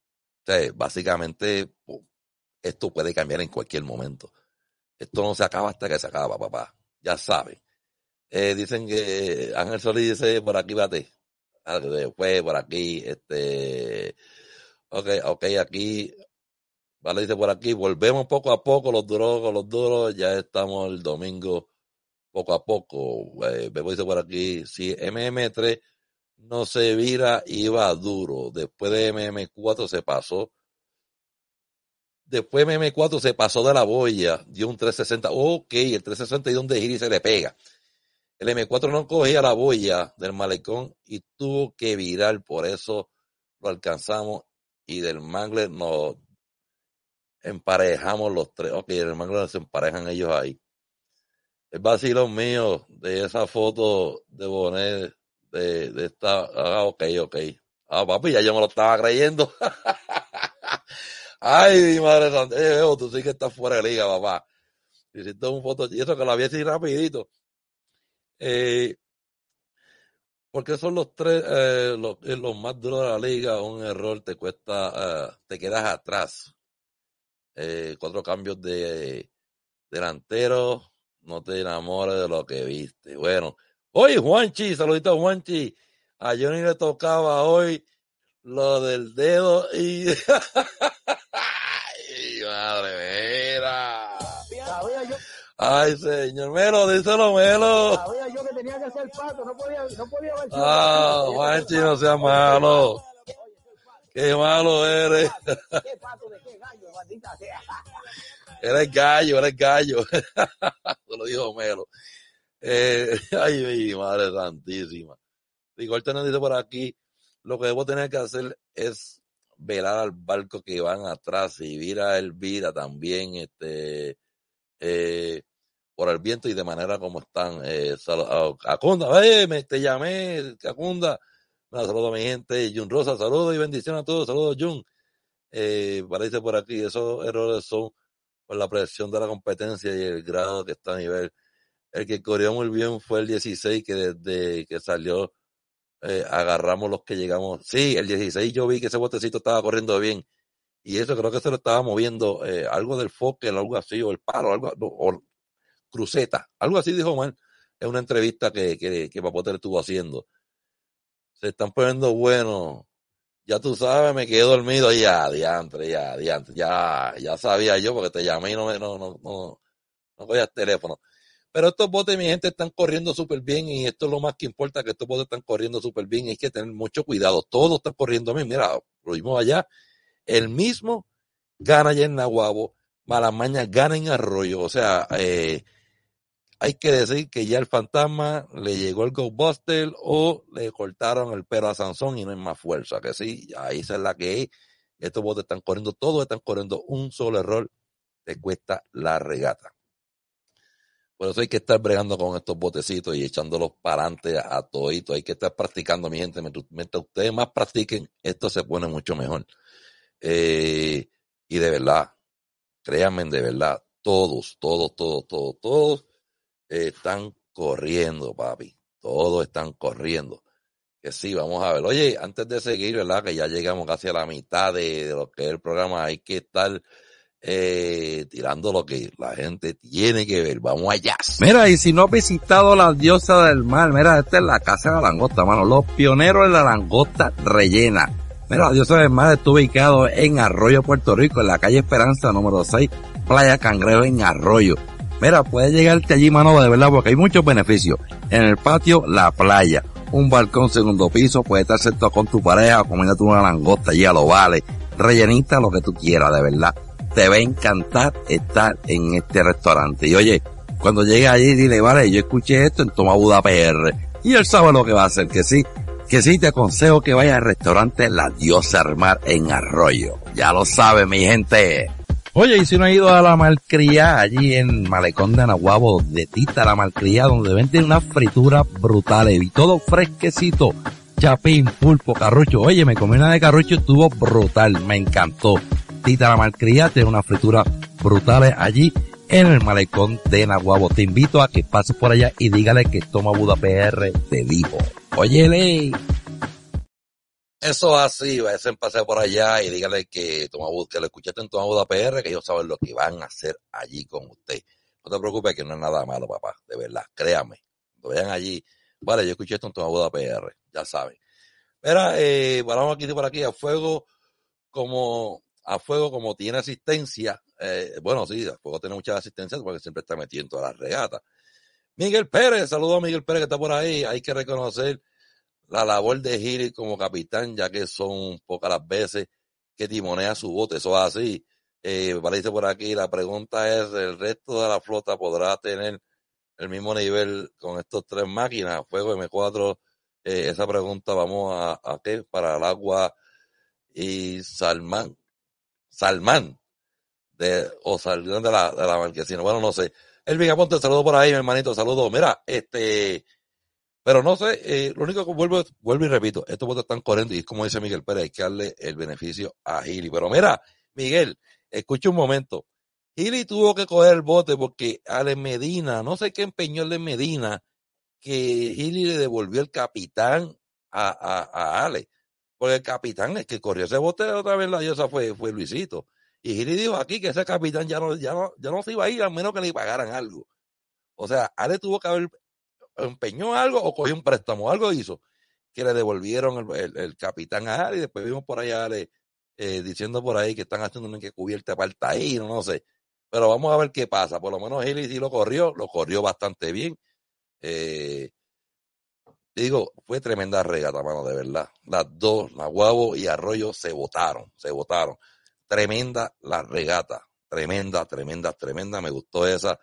sea, básicamente, pues, esto puede cambiar en cualquier momento. Esto no se acaba hasta que se acaba, papá. Ya saben. Eh, dicen que Ángel Solís dice, por aquí bate. Después, por aquí, este... Ok, ok, aquí... Vale, dice por aquí, volvemos poco a poco, los duros con los duros. Ya estamos el domingo poco a poco. Eh, Bebo dice por aquí, si M M tres no se vira, iba duro. Después de M M cuatro se pasó. Después M M cuatro se pasó de la boya, dio un trescientos sesenta. Ok, el trescientos sesenta y donde gira y se le pega. El M cuatro no cogía la boya del malecón y tuvo que virar, por eso lo alcanzamos y del Mangler nos emparejamos los tres. Ok, el Mangler se emparejan ellos ahí. El vacilón mío de esa foto de Bonet, de, de esta, ah, ok, ok. Ah, papi, ya yo me lo estaba creyendo. Ay, mi madre santa, eh, tú sí que estás fuera de liga, papá. Hiciste un foto, y eso que lo había así rapidito. Eh, porque son los tres, eh, los, los más duros de la liga, un error te cuesta, uh, te quedas atrás. Eh, cuatro cambios de delantero, no te enamores de lo que viste. Bueno, oye, Juanchi, saludito a Juanchi. A Johnny le tocaba hoy lo del dedo y... Ay, madre mía. Ay, señor Melo, díselo, Melo. Sabía yo que tenía que ser pato, no podía, no podía ver. Ah, Juanchi, no seas malo. Qué malo eres. ¿Qué pato de qué gallo, maldita sea? Eres gallo, eres gallo. Se lo dijo Melo. Eh, ay, mi madre santísima. Rigolte nos dice por aquí, lo que debo tener que hacer es velar al barco que van atrás y vira el vira también, este, eh, por el viento y de manera como están. Eh, sal, Acunda, eh, me, te llamé, Acunda. Bueno, saludos a mi gente. Jun Rosa, saludos y bendiciones a todos. Saludos, Jun. Eh, parece por aquí, esos errores son por la presión de la competencia y el grado que está a nivel. El que corrió muy bien fue el dieciséis, que desde que salió eh, agarramos los que llegamos. Sí, el dieciséis yo vi que ese botecito estaba corriendo bien. Y eso creo que se lo estaba moviendo, eh, algo del Fokker, algo así, o el palo, algo, o cruceta, algo así dijo Omar en una entrevista que, que, que Papote le estuvo haciendo. Se están poniendo buenos. Ya tú sabes, me quedé dormido. Ya, diantre, ya, diantre. Ya, ya sabía yo porque te llamé y no me, no, no, no, no cogías teléfono. Pero estos botes, mi gente, están corriendo súper bien y esto es lo más que importa, que estos botes están corriendo súper bien y hay que tener mucho cuidado. Todos están corriendo bien. Mira, lo vimos allá. El mismo gana allá en Naguabo, Malamaña gana en Arroyo. O sea, eh, hay que decir que ya el fantasma le llegó el Ghostbuster o le cortaron el pelo a Sansón y no hay más fuerza. Que sí, ahí esa es la que es. Estos botes están corriendo, todos están corriendo. Un solo error te cuesta la regata. Por eso hay que estar bregando con estos botecitos y echándolos para adelante a, a todito. Hay que estar practicando, mi gente. Mientras ustedes más practiquen, esto se pone mucho mejor. Eh, y de verdad, créanme, de verdad, todos, todos, todos, todos, todos eh, están corriendo, papi. Todos están corriendo. Que sí, vamos a ver. Oye, antes de seguir, ¿verdad? Que ya llegamos casi a la mitad de, de lo que es el programa. Hay que estar eh, tirando lo que la gente tiene que ver. Vamos allá. Mira, y si no has visitado la Diosa del Mar, mira, esta es la casa de la langosta, mano. Los pioneros de la langosta rellena. Mira, la Diosa del Mar está ubicado en Arroyo, Puerto Rico, en la calle Esperanza, número seis, Playa Cangrejo en Arroyo. Mira, puedes llegarte allí, mano, de verdad, porque hay muchos beneficios. En el patio, la playa. Un balcón segundo piso, puedes estar sentado con tu pareja, comiéndote una langosta allí a lo vale. Rellenita, lo que tú quieras, de verdad. Te va a encantar estar en este restaurante. Y oye, cuando llegues allí, dile, vale, yo escuché esto en Toma Buda P R. Y él sabe lo que va a hacer, que sí. Que sí, te aconsejo que vayas al restaurante La Diosa del Mar en Arroyo. Ya lo sabe, mi gente. Oye, y si no has ido a la Malcría, allí en Malecón de Naguabo, de Tita la Malcría, donde venden unas frituras brutales y todo fresquecito. Chapín, pulpo, carrucho. Oye, me comí una de carrucho y estuvo brutal, me encantó. Tita la Malcría tiene unas frituras brutales allí en el Malecón de Naguabo. Te invito a que pases por allá y dígale que Toma Buda P R te dijo. Óyele. Eso así, váyase en paseo por allá y dígale que, Toma Buda- que lo escuchaste en Toma Buda P R, que ellos saben lo que van a hacer allí con usted. No te preocupes que no es nada malo, papá, de verdad, créame. Cuando vayan allí, vale, yo escuché esto en Toma Buda P R, ya saben. Mira, eh, vamos aquí por aquí a fuego como a fuego como tiene asistencia. Eh, bueno, sí, a fuego tiene mucha asistencia porque siempre está metido en todas las regatas. Miguel Pérez, saludos a Miguel Pérez que está por ahí. Hay que reconocer la labor de Giri como capitán, ya que son pocas las veces que timonea su bote. Eso es así. Eh, aparece por aquí, la pregunta es, ¿el resto de la flota podrá tener el mismo nivel con estos tres máquinas? Fuego M cuatro, eh, esa pregunta vamos a, a qué, para el agua y Salmán, Salmán, de, o Salmán de la, de la Marquesina. Bueno, no sé. Elvin Aponte, saludo por ahí, mi hermanito, saludo. Mira, este, pero no sé, eh, lo único que vuelvo, vuelvo y repito, estos votos están coherentes y es como dice Miguel Pérez, hay que darle el beneficio a Gili. Pero mira, Miguel, escucha un momento. Gili tuvo que coger el bote porque Ale Medina, no sé qué empeñó Ale Medina, que Gili le devolvió el capitán a, a, a Ale. Porque el capitán, el que corrió ese bote otra vez la diosa fue, fue Luisito. Y Gili dijo aquí que ese capitán ya no, ya no, ya no se iba a ir, al menos que le pagaran algo. O sea, Ale tuvo que haber empeñó algo o cogió un préstamo, algo hizo, que le devolvieron el, el, el capitán a Ale, y después vimos por allá Ale, eh, diciendo por ahí que están haciendo una encubierta para el taíno, no sé. Pero vamos a ver qué pasa. Por lo menos Gili sí lo corrió, lo corrió bastante bien. Eh, digo, fue tremenda regata, mano, de verdad. Las dos, Naguabo y Arroyo, se botaron, se botaron. Tremenda la regata, tremenda, tremenda, tremenda, me gustó esa.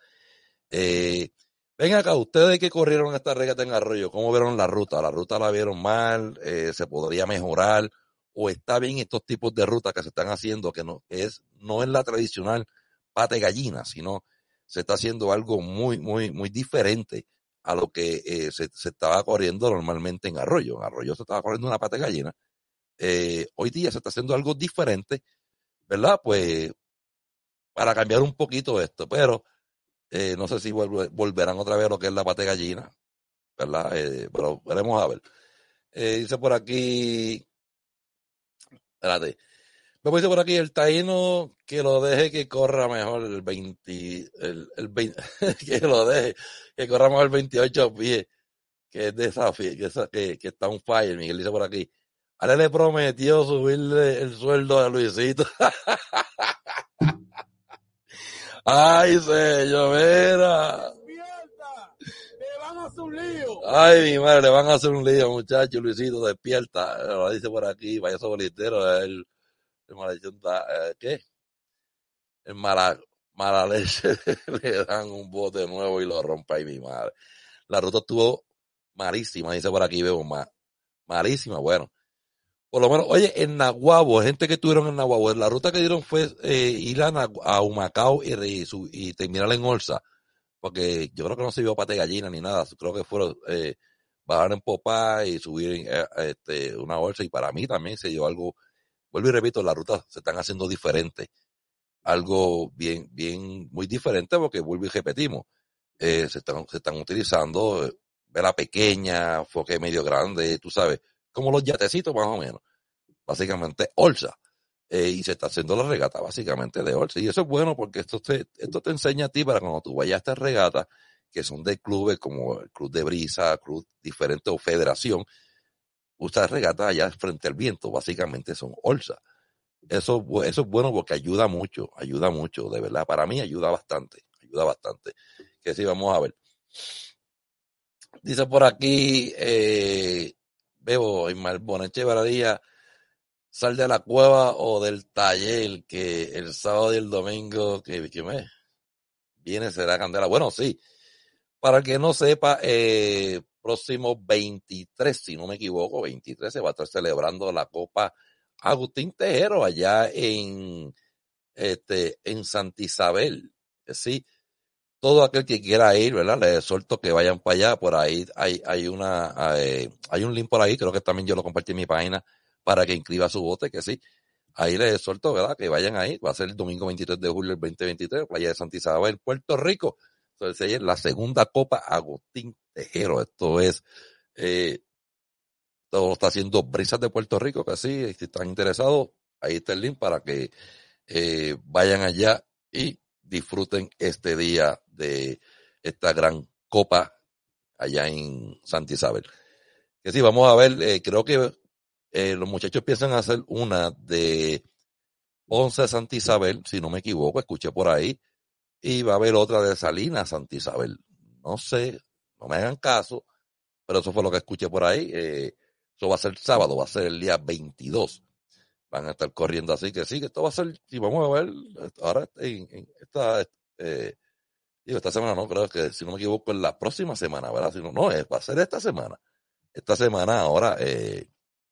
Eh, ven acá, ustedes que corrieron esta regata en Arroyo, ¿cómo vieron la ruta? ¿La ruta la vieron mal? Eh, ¿Se podría mejorar? ¿O está bien estos tipos de rutas que se están haciendo, que no es, no es la tradicional pate gallina, sino se está haciendo algo muy, muy, muy diferente a lo que eh, se, se estaba corriendo normalmente en Arroyo? En Arroyo se estaba corriendo una pate gallina. Eh, hoy día se está haciendo algo diferente, ¿verdad? Pues para cambiar un poquito esto, pero eh, no sé si vuelve, volverán otra vez a lo que es la pate gallina, ¿verdad? Eh, pero veremos a ver. Eh, dice por aquí, espérate, me dice por aquí el taíno que lo deje que corra mejor el veinte, el, el veinte, que lo deje que corra mejor el veintiocho pies, que es desafío, que, que, que está un fire. Miguel dice por aquí, Ale le prometió subirle el sueldo a Luisito. Ay, señor, mira. Le van a hacer un lío. Ay, mi madre, le van a hacer un lío, muchacho. Luisito, despierta. Lo dice por aquí, vaya solitero, el, el maldición, eh, ¿qué? El mala, mala leche, le dan un bote nuevo y lo rompe ahí, mi madre. La ruta estuvo malísima, dice por aquí, veo, mal, malísima, bueno. Por lo menos, oye, en Naguabo, gente que estuvieron en Naguabo, la ruta que dieron fue eh, ir a, Nagu, a Humacao y, y, y terminar en Orsa, porque yo creo que no se vio pate gallina ni nada, creo que fueron eh, bajar en Popá y subir eh, este, una bolsa, y para mí también se dio algo, vuelvo y repito, las rutas se están haciendo diferentes, algo bien, bien, muy diferente, porque vuelvo y repetimos, eh, se están, se están utilizando eh, vela pequeña, foque medio grande, tú sabes, como los yatecitos más o menos, básicamente Orsa, eh, y se está haciendo la regata básicamente de Orsa, y eso es bueno porque esto te, esto te enseña a ti para cuando tú vayas a estas regatas, que son de clubes como el Club de Brisa, club diferente o federación, usas regatas allá frente al viento, básicamente son Orsa. Eso, eso es bueno porque ayuda mucho, ayuda mucho, de verdad, para mí ayuda bastante, ayuda bastante. Que sí, vamos a ver. Dice por aquí, eh, Bebo, Ismael Boneche Baradilla, sal de la cueva o del taller, que el sábado y el domingo que, que me viene será candela. Bueno, sí, para el que no sepa, eh, próximo veintitrés, si no me equivoco, veintitrés se va a estar celebrando la Copa Agustín Tejero allá en, este, en Santa Isabel. Sí, todo aquel que quiera ir, ¿verdad? Les exhorto que vayan para allá. Por ahí hay, hay una, hay, hay un link por ahí, creo que también yo lo compartí en mi página para que inscriba su bote, que sí. Ahí les exhorto, ¿verdad? Que vayan ahí. Va a ser el domingo veintitrés de julio del veinte veintitrés, playa de Santa Isabel, Puerto Rico. Entonces, ella es la segunda Copa Agustín Tejero. Esto es, eh, Todo lo está haciendo Brisas de Puerto Rico, que sí, si están interesados, ahí está el link para que eh, vayan allá y disfruten este día de esta gran copa allá en Santa Isabel. Que sí, vamos a ver, eh, creo que eh, los muchachos piensan hacer una de Ponce Santa Isabel, si no me equivoco, escuché por ahí, y va a haber otra de Salinas Santa Isabel. No sé, no me hagan caso, pero eso fue lo que escuché por ahí. Eh, eso va a ser sábado, va a ser el día veintidós. Van a estar corriendo así que sí, que esto va a ser, si vamos a ver, ahora en, en esta, eh, digo, esta semana no, creo que si no me equivoco en la próxima semana, ¿verdad? Si no, no, es, va a ser esta semana. Esta semana ahora, eh,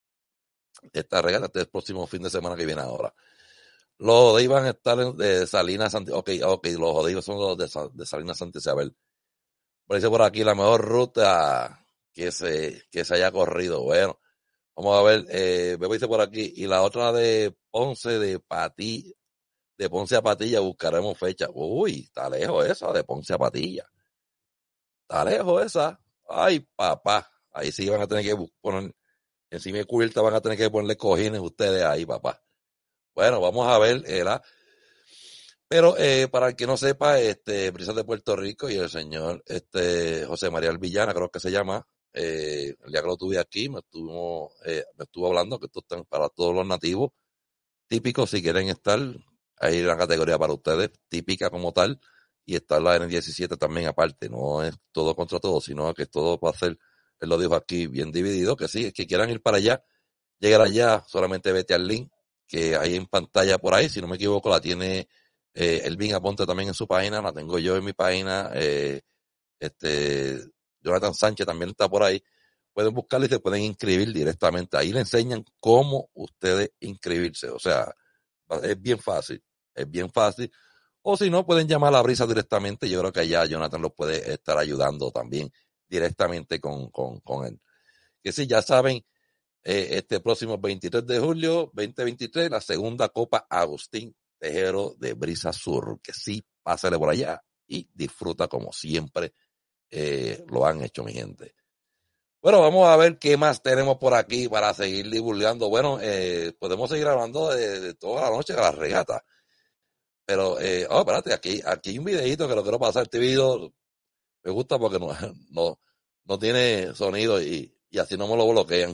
esta regata, este próximo fin de semana que viene ahora. Los Jodí van a estar en de Salinas Santa, ok, ok, los Jodí son los de, de Salinas Santa Isabel. Por dice por aquí la mejor ruta que se, que se haya corrido. Bueno, vamos a ver, eh, me dice por aquí, y la otra de Ponce, de Patilla, de Ponce a Patilla, buscaremos fecha. Uy, está lejos esa, de Ponce a Patilla. Está lejos esa. Ay, papá, ahí sí van a tener que poner, encima de cubierta van a tener que ponerle cojines ustedes ahí, papá. Bueno, vamos a ver, era. Pero eh, para el que no sepa, este, Brisas de Puerto Rico y el señor este, José María Villana, creo que se llama, eh, el día que lo tuve aquí, me estuvo, eh, me estuvo hablando que esto está para todos los nativos, típicos, si quieren estar, hay una categoría para ustedes, típica como tal, y está la N diecisiete también aparte, no es todo contra todo, sino que todo va a ser, él lo dijo aquí, bien dividido, que sí, es que quieran ir para allá, llegar allá, solamente vete al link, que hay en pantalla por ahí, si no me equivoco, la tiene eh, Elvin Aponte también en su página, la tengo yo en mi página, eh, este, Jonathan Sánchez también está por ahí, pueden buscarla y se pueden inscribir directamente, ahí le enseñan cómo ustedes inscribirse, o sea, es bien fácil, es bien fácil, o si no, pueden llamar a la Brisa directamente, yo creo que allá Jonathan los puede estar ayudando también directamente con, con, con él. Que sí, ya saben, Eh, este próximo veintitrés de julio veinte veintitrés, la segunda Copa Agustín Tejero de Brisa Sur, que sí, pásale por allá y disfruta como siempre eh, lo han hecho, mi gente. Bueno, vamos a ver qué más tenemos por aquí para seguir divulgando. Bueno, eh, podemos seguir hablando de, de toda la noche de la regata, pero, eh, oh, espérate, aquí, aquí hay un videito que lo quiero pasar. Este video me gusta porque no, no, no tiene sonido y, y así no me lo bloquean.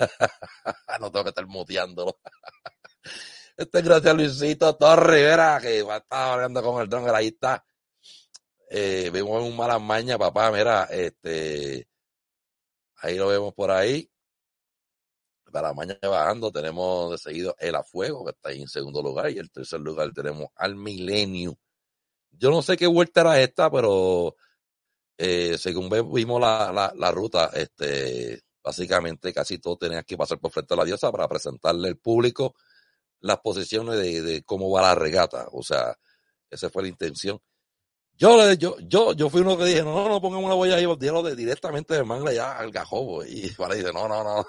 No tengo que estar muteándolo. Este es gracias a Luisito Torres Rivera, que va a estar hablando con el dron, ahí está. Eh, vemos un malas mañas, papá, mira, este, ahí lo vemos por ahí. Para mañana bajando tenemos de seguido el A Fuego, que está ahí en segundo lugar, y en tercer lugar tenemos al Milenio. Yo no sé qué vuelta era esta, pero eh, según vimos la, la, la ruta, este, básicamente casi todo tenía que pasar por frente a la diosa para presentarle al público las posiciones de, de cómo va la regata. O sea, esa fue la intención. Yo, yo, yo, yo fui uno que dije, no, no, no pongamos una boya ahí, dígalo de, directamente del manga ya al gajobo. Y para dice, no, no, no.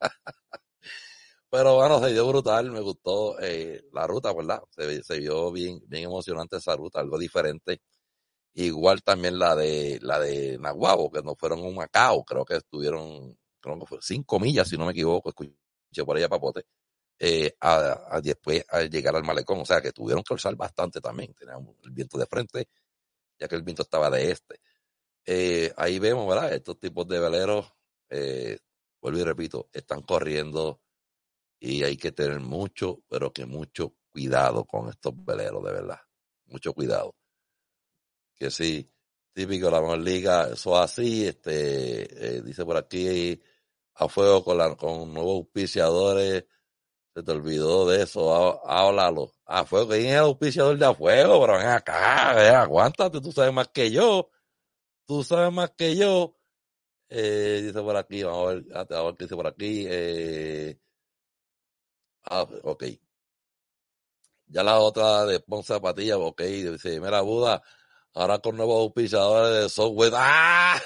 Pero bueno, se dio brutal, me gustó eh, la ruta, ¿verdad? Se, se vio bien, bien emocionante esa ruta, algo diferente. Igual también la de la de Naguabo, que nos fueron a un Macao, creo que estuvieron, creo que fue cinco millas, si no me equivoco, escuché por allá Papote, eh, a, a después al llegar al malecón, o sea que tuvieron que alzar bastante también, teníamos el viento de frente, ya que el viento estaba de este. Eh, ahí vemos, ¿verdad? Estos tipos de veleros, eh, vuelvo y repito, están corriendo y hay que tener mucho, pero que mucho cuidado con estos veleros, de verdad, mucho cuidado. Que sí, típico de la mejor liga, eso así, este, eh, dice por aquí, a fuego con, la, con nuevos auspiciadores, se te olvidó de eso, há, háblalo, a fuego, ¿quién es el auspiciador de a fuego? Pero ven acá, ven, aguántate, tú sabes más que yo, tú sabes más que yo, eh, dice por aquí, vamos a ver, a ver qué dice por aquí, eh, ah, ok, ya la otra de Ponce Zapatilla, ok, dice, mira Buda, ahora con nuevos auspiciadores de software. ¡Ah!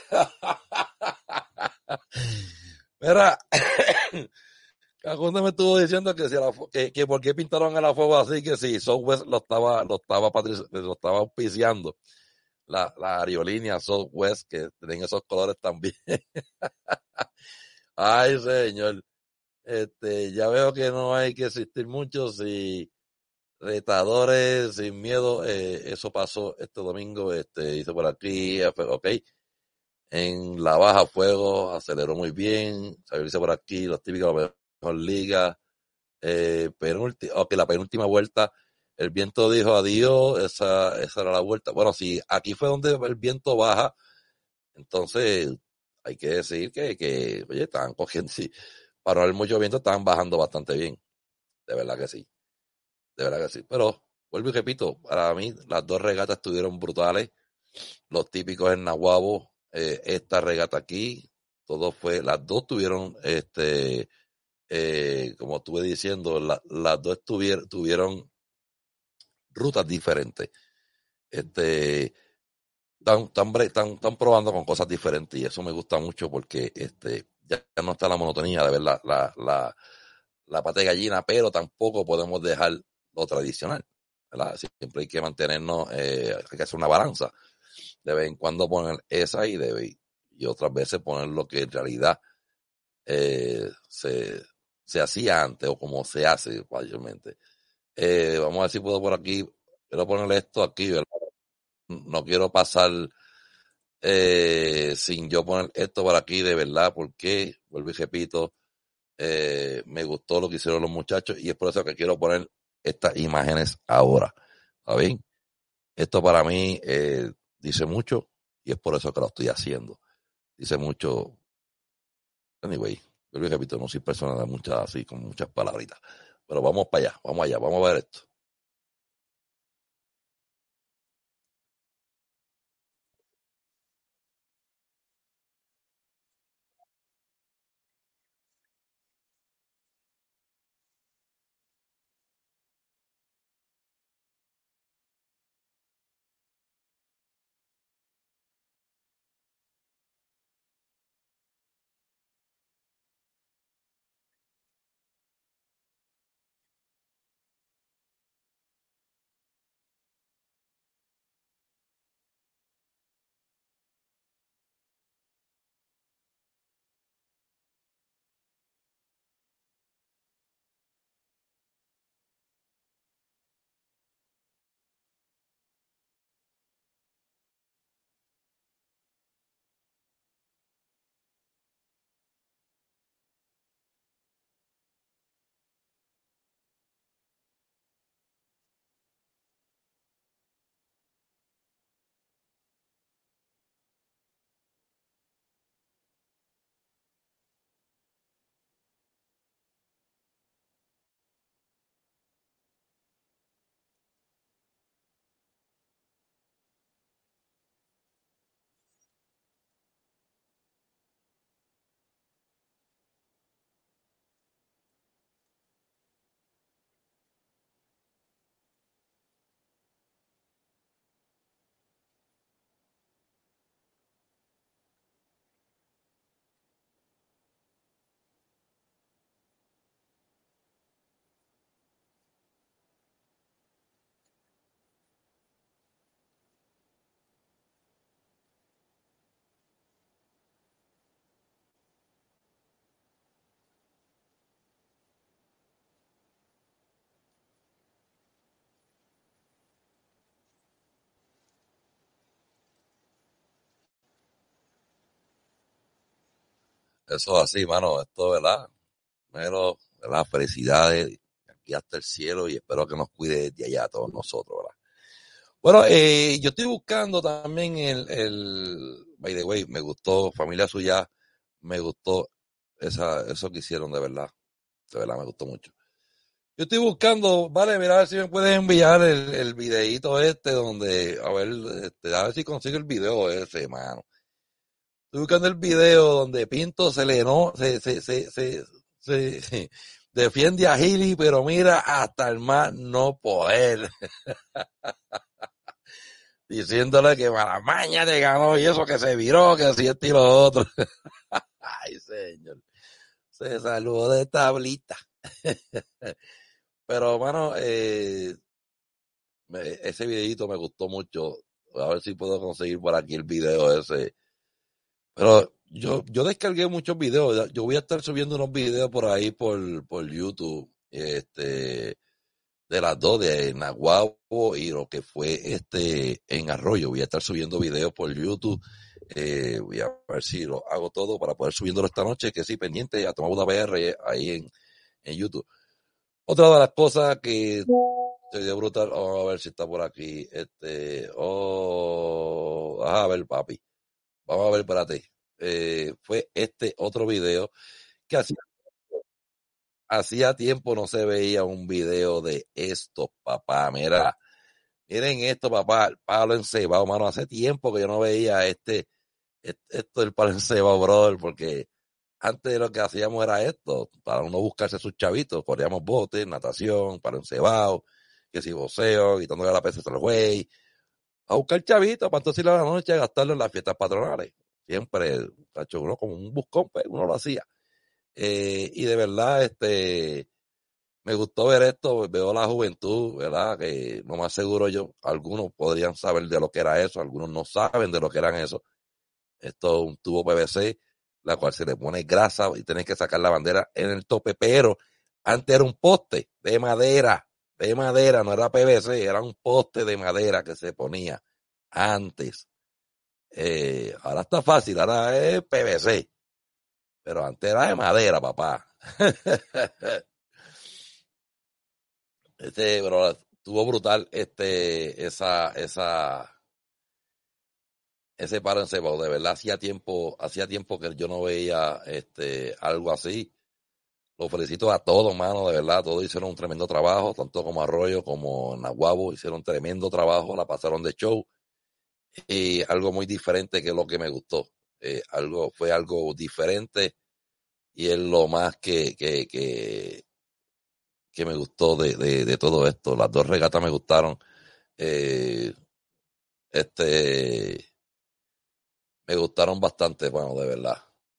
Mira, Cajunda me estuvo diciendo que, si la, que, que por qué pintaron el fuego así, que si Southwest lo estaba, lo estaba, lo estaba auspiciando. La, la aerolínea Southwest, que tienen esos colores también. Ay, señor. Este, ya veo que no hay que existir muchos y retadores sin miedo. Eh, eso pasó este domingo. Este, hice por aquí, ok. En la baja fuego, aceleró muy bien. Salirse por aquí, los típicos de la mejor liga. Eh, penúlti- ok, la penúltima vuelta, el viento dijo adiós. Esa, esa era la vuelta. Bueno, si aquí fue donde el viento baja, entonces hay que decir que, que oye, estaban cogiendo, sí, para no haber mucho viento, estaban bajando bastante bien. De verdad que sí. De verdad que sí. Pero, vuelvo y repito, para mí las dos regatas estuvieron brutales. Los típicos en Nahuabo, eh, esta regata aquí, todo fue, las dos tuvieron, este, eh, como estuve diciendo, la, las dos tuvieron, tuvieron rutas diferentes. Este, están, están, bre- están, están probando con cosas diferentes y eso me gusta mucho porque este, ya, ya no está la monotonía de ver la, la, la, la pata de gallina, pero tampoco podemos dejar lo tradicional, ¿verdad? Siempre hay que mantenernos, eh, hay que hacer una balanza. De vez en cuando poner esa y, de, y otras veces poner lo que en realidad eh, se, se hacía antes o como se hace mayormente. Eh, vamos a ver si puedo por aquí, quiero ponerle esto aquí, ¿verdad? No quiero pasar eh, sin yo poner esto por aquí de verdad, porque, vuelvo y repito, eh, me gustó lo que hicieron los muchachos y es por eso que quiero poner estas imágenes ahora. ¿Está bien? Esto para mí eh, dice mucho y es por eso que lo estoy haciendo. Dice mucho. Anyway, vuelvo y repito, no soy persona de muchas así, con muchas palabritas. Pero vamos para allá, vamos allá, vamos a ver esto. Eso así, mano, esto, ¿verdad? Primero, ¿verdad? Felicidades, aquí hasta el cielo y espero que nos cuide de allá a todos nosotros, ¿verdad? Bueno, eh, yo estoy buscando también el, el, by the way, me gustó Familia Suya, me gustó esa, eso que hicieron de verdad, de verdad me gustó mucho. Yo estoy buscando, vale, mira a ver si me puedes enviar el, el videíto este donde, a ver, este, a ver si consigo el video ese, mano. Estoy buscando el video donde Pinto se le no, se, se, se, se, se defiende a Gili, pero mira, hasta el más no poder. Diciéndole que Maramaña te ganó y eso que se viró, que así esto y lo otro. Ay, señor. Se saludó de tablita. Pero, mano, eh, me, ese videito me gustó mucho. A ver si puedo conseguir por aquí el video ese. Pero yo, yo descargué muchos videos. Yo voy a estar subiendo unos videos por ahí por, por YouTube, este, de las dos, de Naguabo y lo que fue este en Arroyo. Voy a estar subiendo videos por YouTube. Eh, voy a ver si lo hago todo para poder subiéndolo esta noche, que sí, pendiente a Toma Buda P R ahí en, en YouTube. Otra de las cosas que se dio brutal, vamos a ver si está por aquí, este, oh, a ver, papi, vamos a ver, espérate, eh, fue este otro video que hacía, hacía tiempo no se veía un video de esto, papá, mira, miren esto, papá, el palo encebado, mano, hace tiempo que yo no veía este, este esto del palo encebado, brother, porque antes lo que hacíamos era esto, para uno buscarse sus chavitos, corríamos botes, natación, palo encebado, que si voceo, quitándole la pesa al güey, a buscar chavitos para entonces ir a la noche a gastarlo en las fiestas patronales. Siempre, cacho, uno como un buscón, pues uno lo hacía. Eh, y de verdad, este, me gustó ver esto, veo la juventud, ¿verdad? Que lo más seguro yo, algunos podrían saber de lo que era eso, algunos no saben de lo que eran eso. Esto es un tubo P V C, la cual se le pone grasa y tenés que sacar la bandera en el tope, pero antes era un poste de madera, de madera, no era P V C, era un poste de madera que se ponía antes. Eh, ahora está fácil, ahora es P V C, pero antes era de madera, papá. Este, pero estuvo brutal, este, esa, esa, ese paro encebado, de verdad, hacía tiempo, hacía tiempo que yo no veía, este, algo así. Lo felicito a todos, mano, de verdad, todos hicieron un tremendo trabajo, tanto como Arroyo como Naguabo, hicieron un tremendo trabajo, la pasaron de show, y algo muy diferente que lo que me gustó, eh, algo, fue algo diferente, y es lo más que, que, que, que me gustó de, de, de todo esto. Las dos regatas me gustaron, eh, este, me gustaron bastante, bueno, de verdad.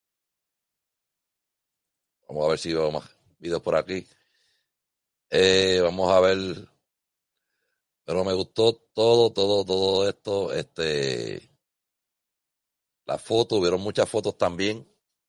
Vamos a ver si veo más videos por aquí. Eh, vamos a ver, pero me gustó todo, todo, todo esto, este, las fotos, hubieron muchas fotos también.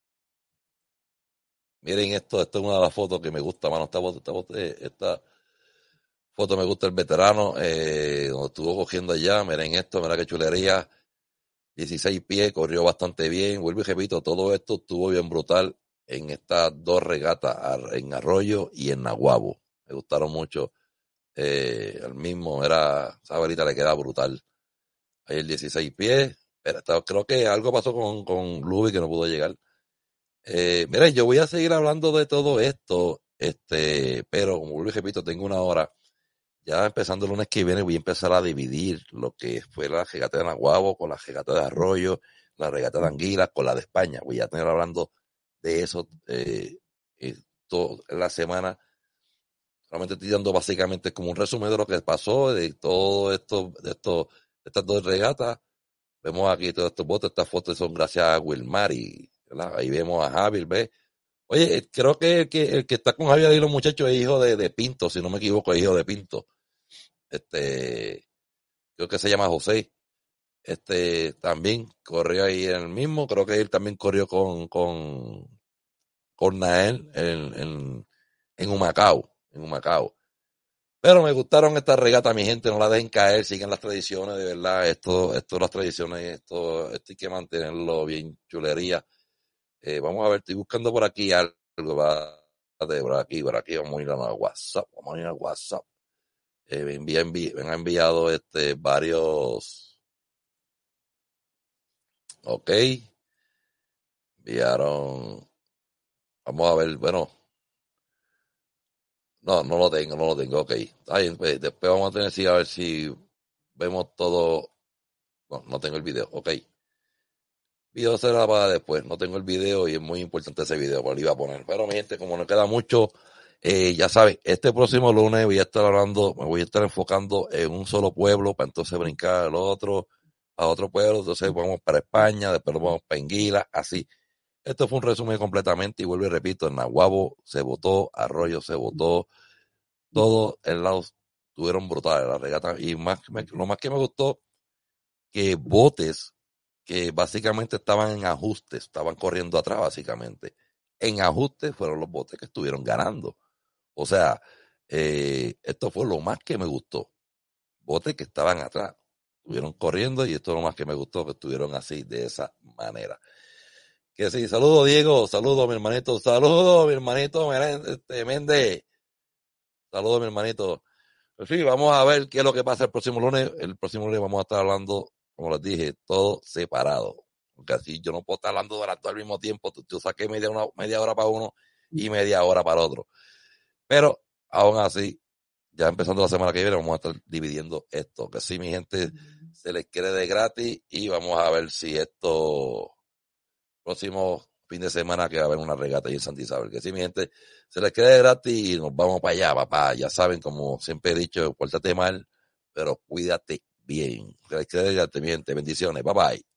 Miren esto, esto es una de las fotos que me gusta, mano, esta foto, esta foto, eh, esta foto me gusta el veterano, eh, donde estuvo cogiendo allá, miren esto, mira qué chulería, dieciséis pies, corrió bastante bien, vuelvo y repito, todo esto estuvo bien brutal en estas dos regatas, en Arroyo y en Naguabo, me gustaron mucho. Eh, el mismo era, esa varita le queda brutal. Ahí el dieciséis pies, pero hasta- creo que algo pasó con, con Luby que no pudo llegar. Eh, mira, yo voy a seguir hablando de todo esto, este, pero como vuelvo y repito, tengo una hora. Ya empezando el lunes que viene voy a empezar a dividir lo que fue la regata de Naguabo con la regata de Arroyo, la regata de Anguila con la de España. Voy a tener hablando de eso eh, eh, todo, en la semana. Solamente estoy dando básicamente como un resumen de lo que pasó, de todo esto, de esto, de estas dos regatas. Vemos aquí todos estos botes, estas fotos son gracias a Wilmar y ¿verdad? Ahí vemos a Javier, ¿ves? Oye, eh, creo que el que, el que está con Javier y los muchachos es hijo de, de Pinto, si no me equivoco, es hijo de Pinto. Este, creo que se llama José. Este, también corrió ahí en el mismo, creo que él también corrió con, con, con Nael en, en, en Humacao, en Humacao. Pero me gustaron estas regatas, mi gente, no la dejen caer, sigan las tradiciones, de verdad, esto, esto, las tradiciones, esto, esto hay que mantenerlo bien chulería. Eh, vamos a ver, estoy buscando por aquí algo, va, de por aquí, por aquí, vamos a ir a WhatsApp, vamos a ir a WhatsApp. Eh, me, envía, envi, me han enviado este, varios, ok, enviaron, vamos a ver, bueno, no, no lo tengo, no lo tengo, ok. Ahí, pues, después vamos a tener que sí, a ver si vemos todo. No, no tengo el video, ok. Video será para después, no tengo el video y es muy importante ese video, pues lo iba a poner. Pero mi gente, como no queda mucho, eh, ya saben, este próximo lunes voy a estar hablando, me voy a estar enfocando en un solo pueblo, para entonces brincar al otro, a otro pueblo, entonces vamos para España, después vamos para Anguila, así. Esto fue un resumen completamente y vuelvo y repito, en Naguabo se votó, Arroyo se votó, todos el lado tuvieron brutales la regata y más, me, lo más que me gustó que botes que básicamente estaban en ajustes, estaban corriendo atrás básicamente. En ajustes fueron los botes que estuvieron ganando. O sea, eh, esto fue lo más que me gustó. Botes que estaban atrás, estuvieron corriendo y esto es lo más que me gustó, que estuvieron así, de esa manera. Que sí, saludos Diego, saludos mi hermanito, saludos mi hermanito este, Méndez, saludos mi hermanito. Pues sí, vamos a ver qué es lo que pasa el próximo lunes. El próximo lunes vamos a estar hablando, como les dije, todo separado. Porque así yo no puedo estar hablando de las dos al mismo tiempo. Yo saqué media, una, media hora para uno y media hora para otro. Pero, aún así, ya empezando la semana que viene, vamos a estar dividiendo esto. Que sí, mi gente, se les quede de gratis y vamos a ver si esto, próximo fin de semana que va a haber una regata ahí en Santa Isabel. Que sí, mi gente, se les quede de gratis y nos vamos para allá, papá. Ya saben, como siempre he dicho, pórtate mal, pero cuídate bien. Se les quede de gratis, mi gente. Bendiciones. Bye bye.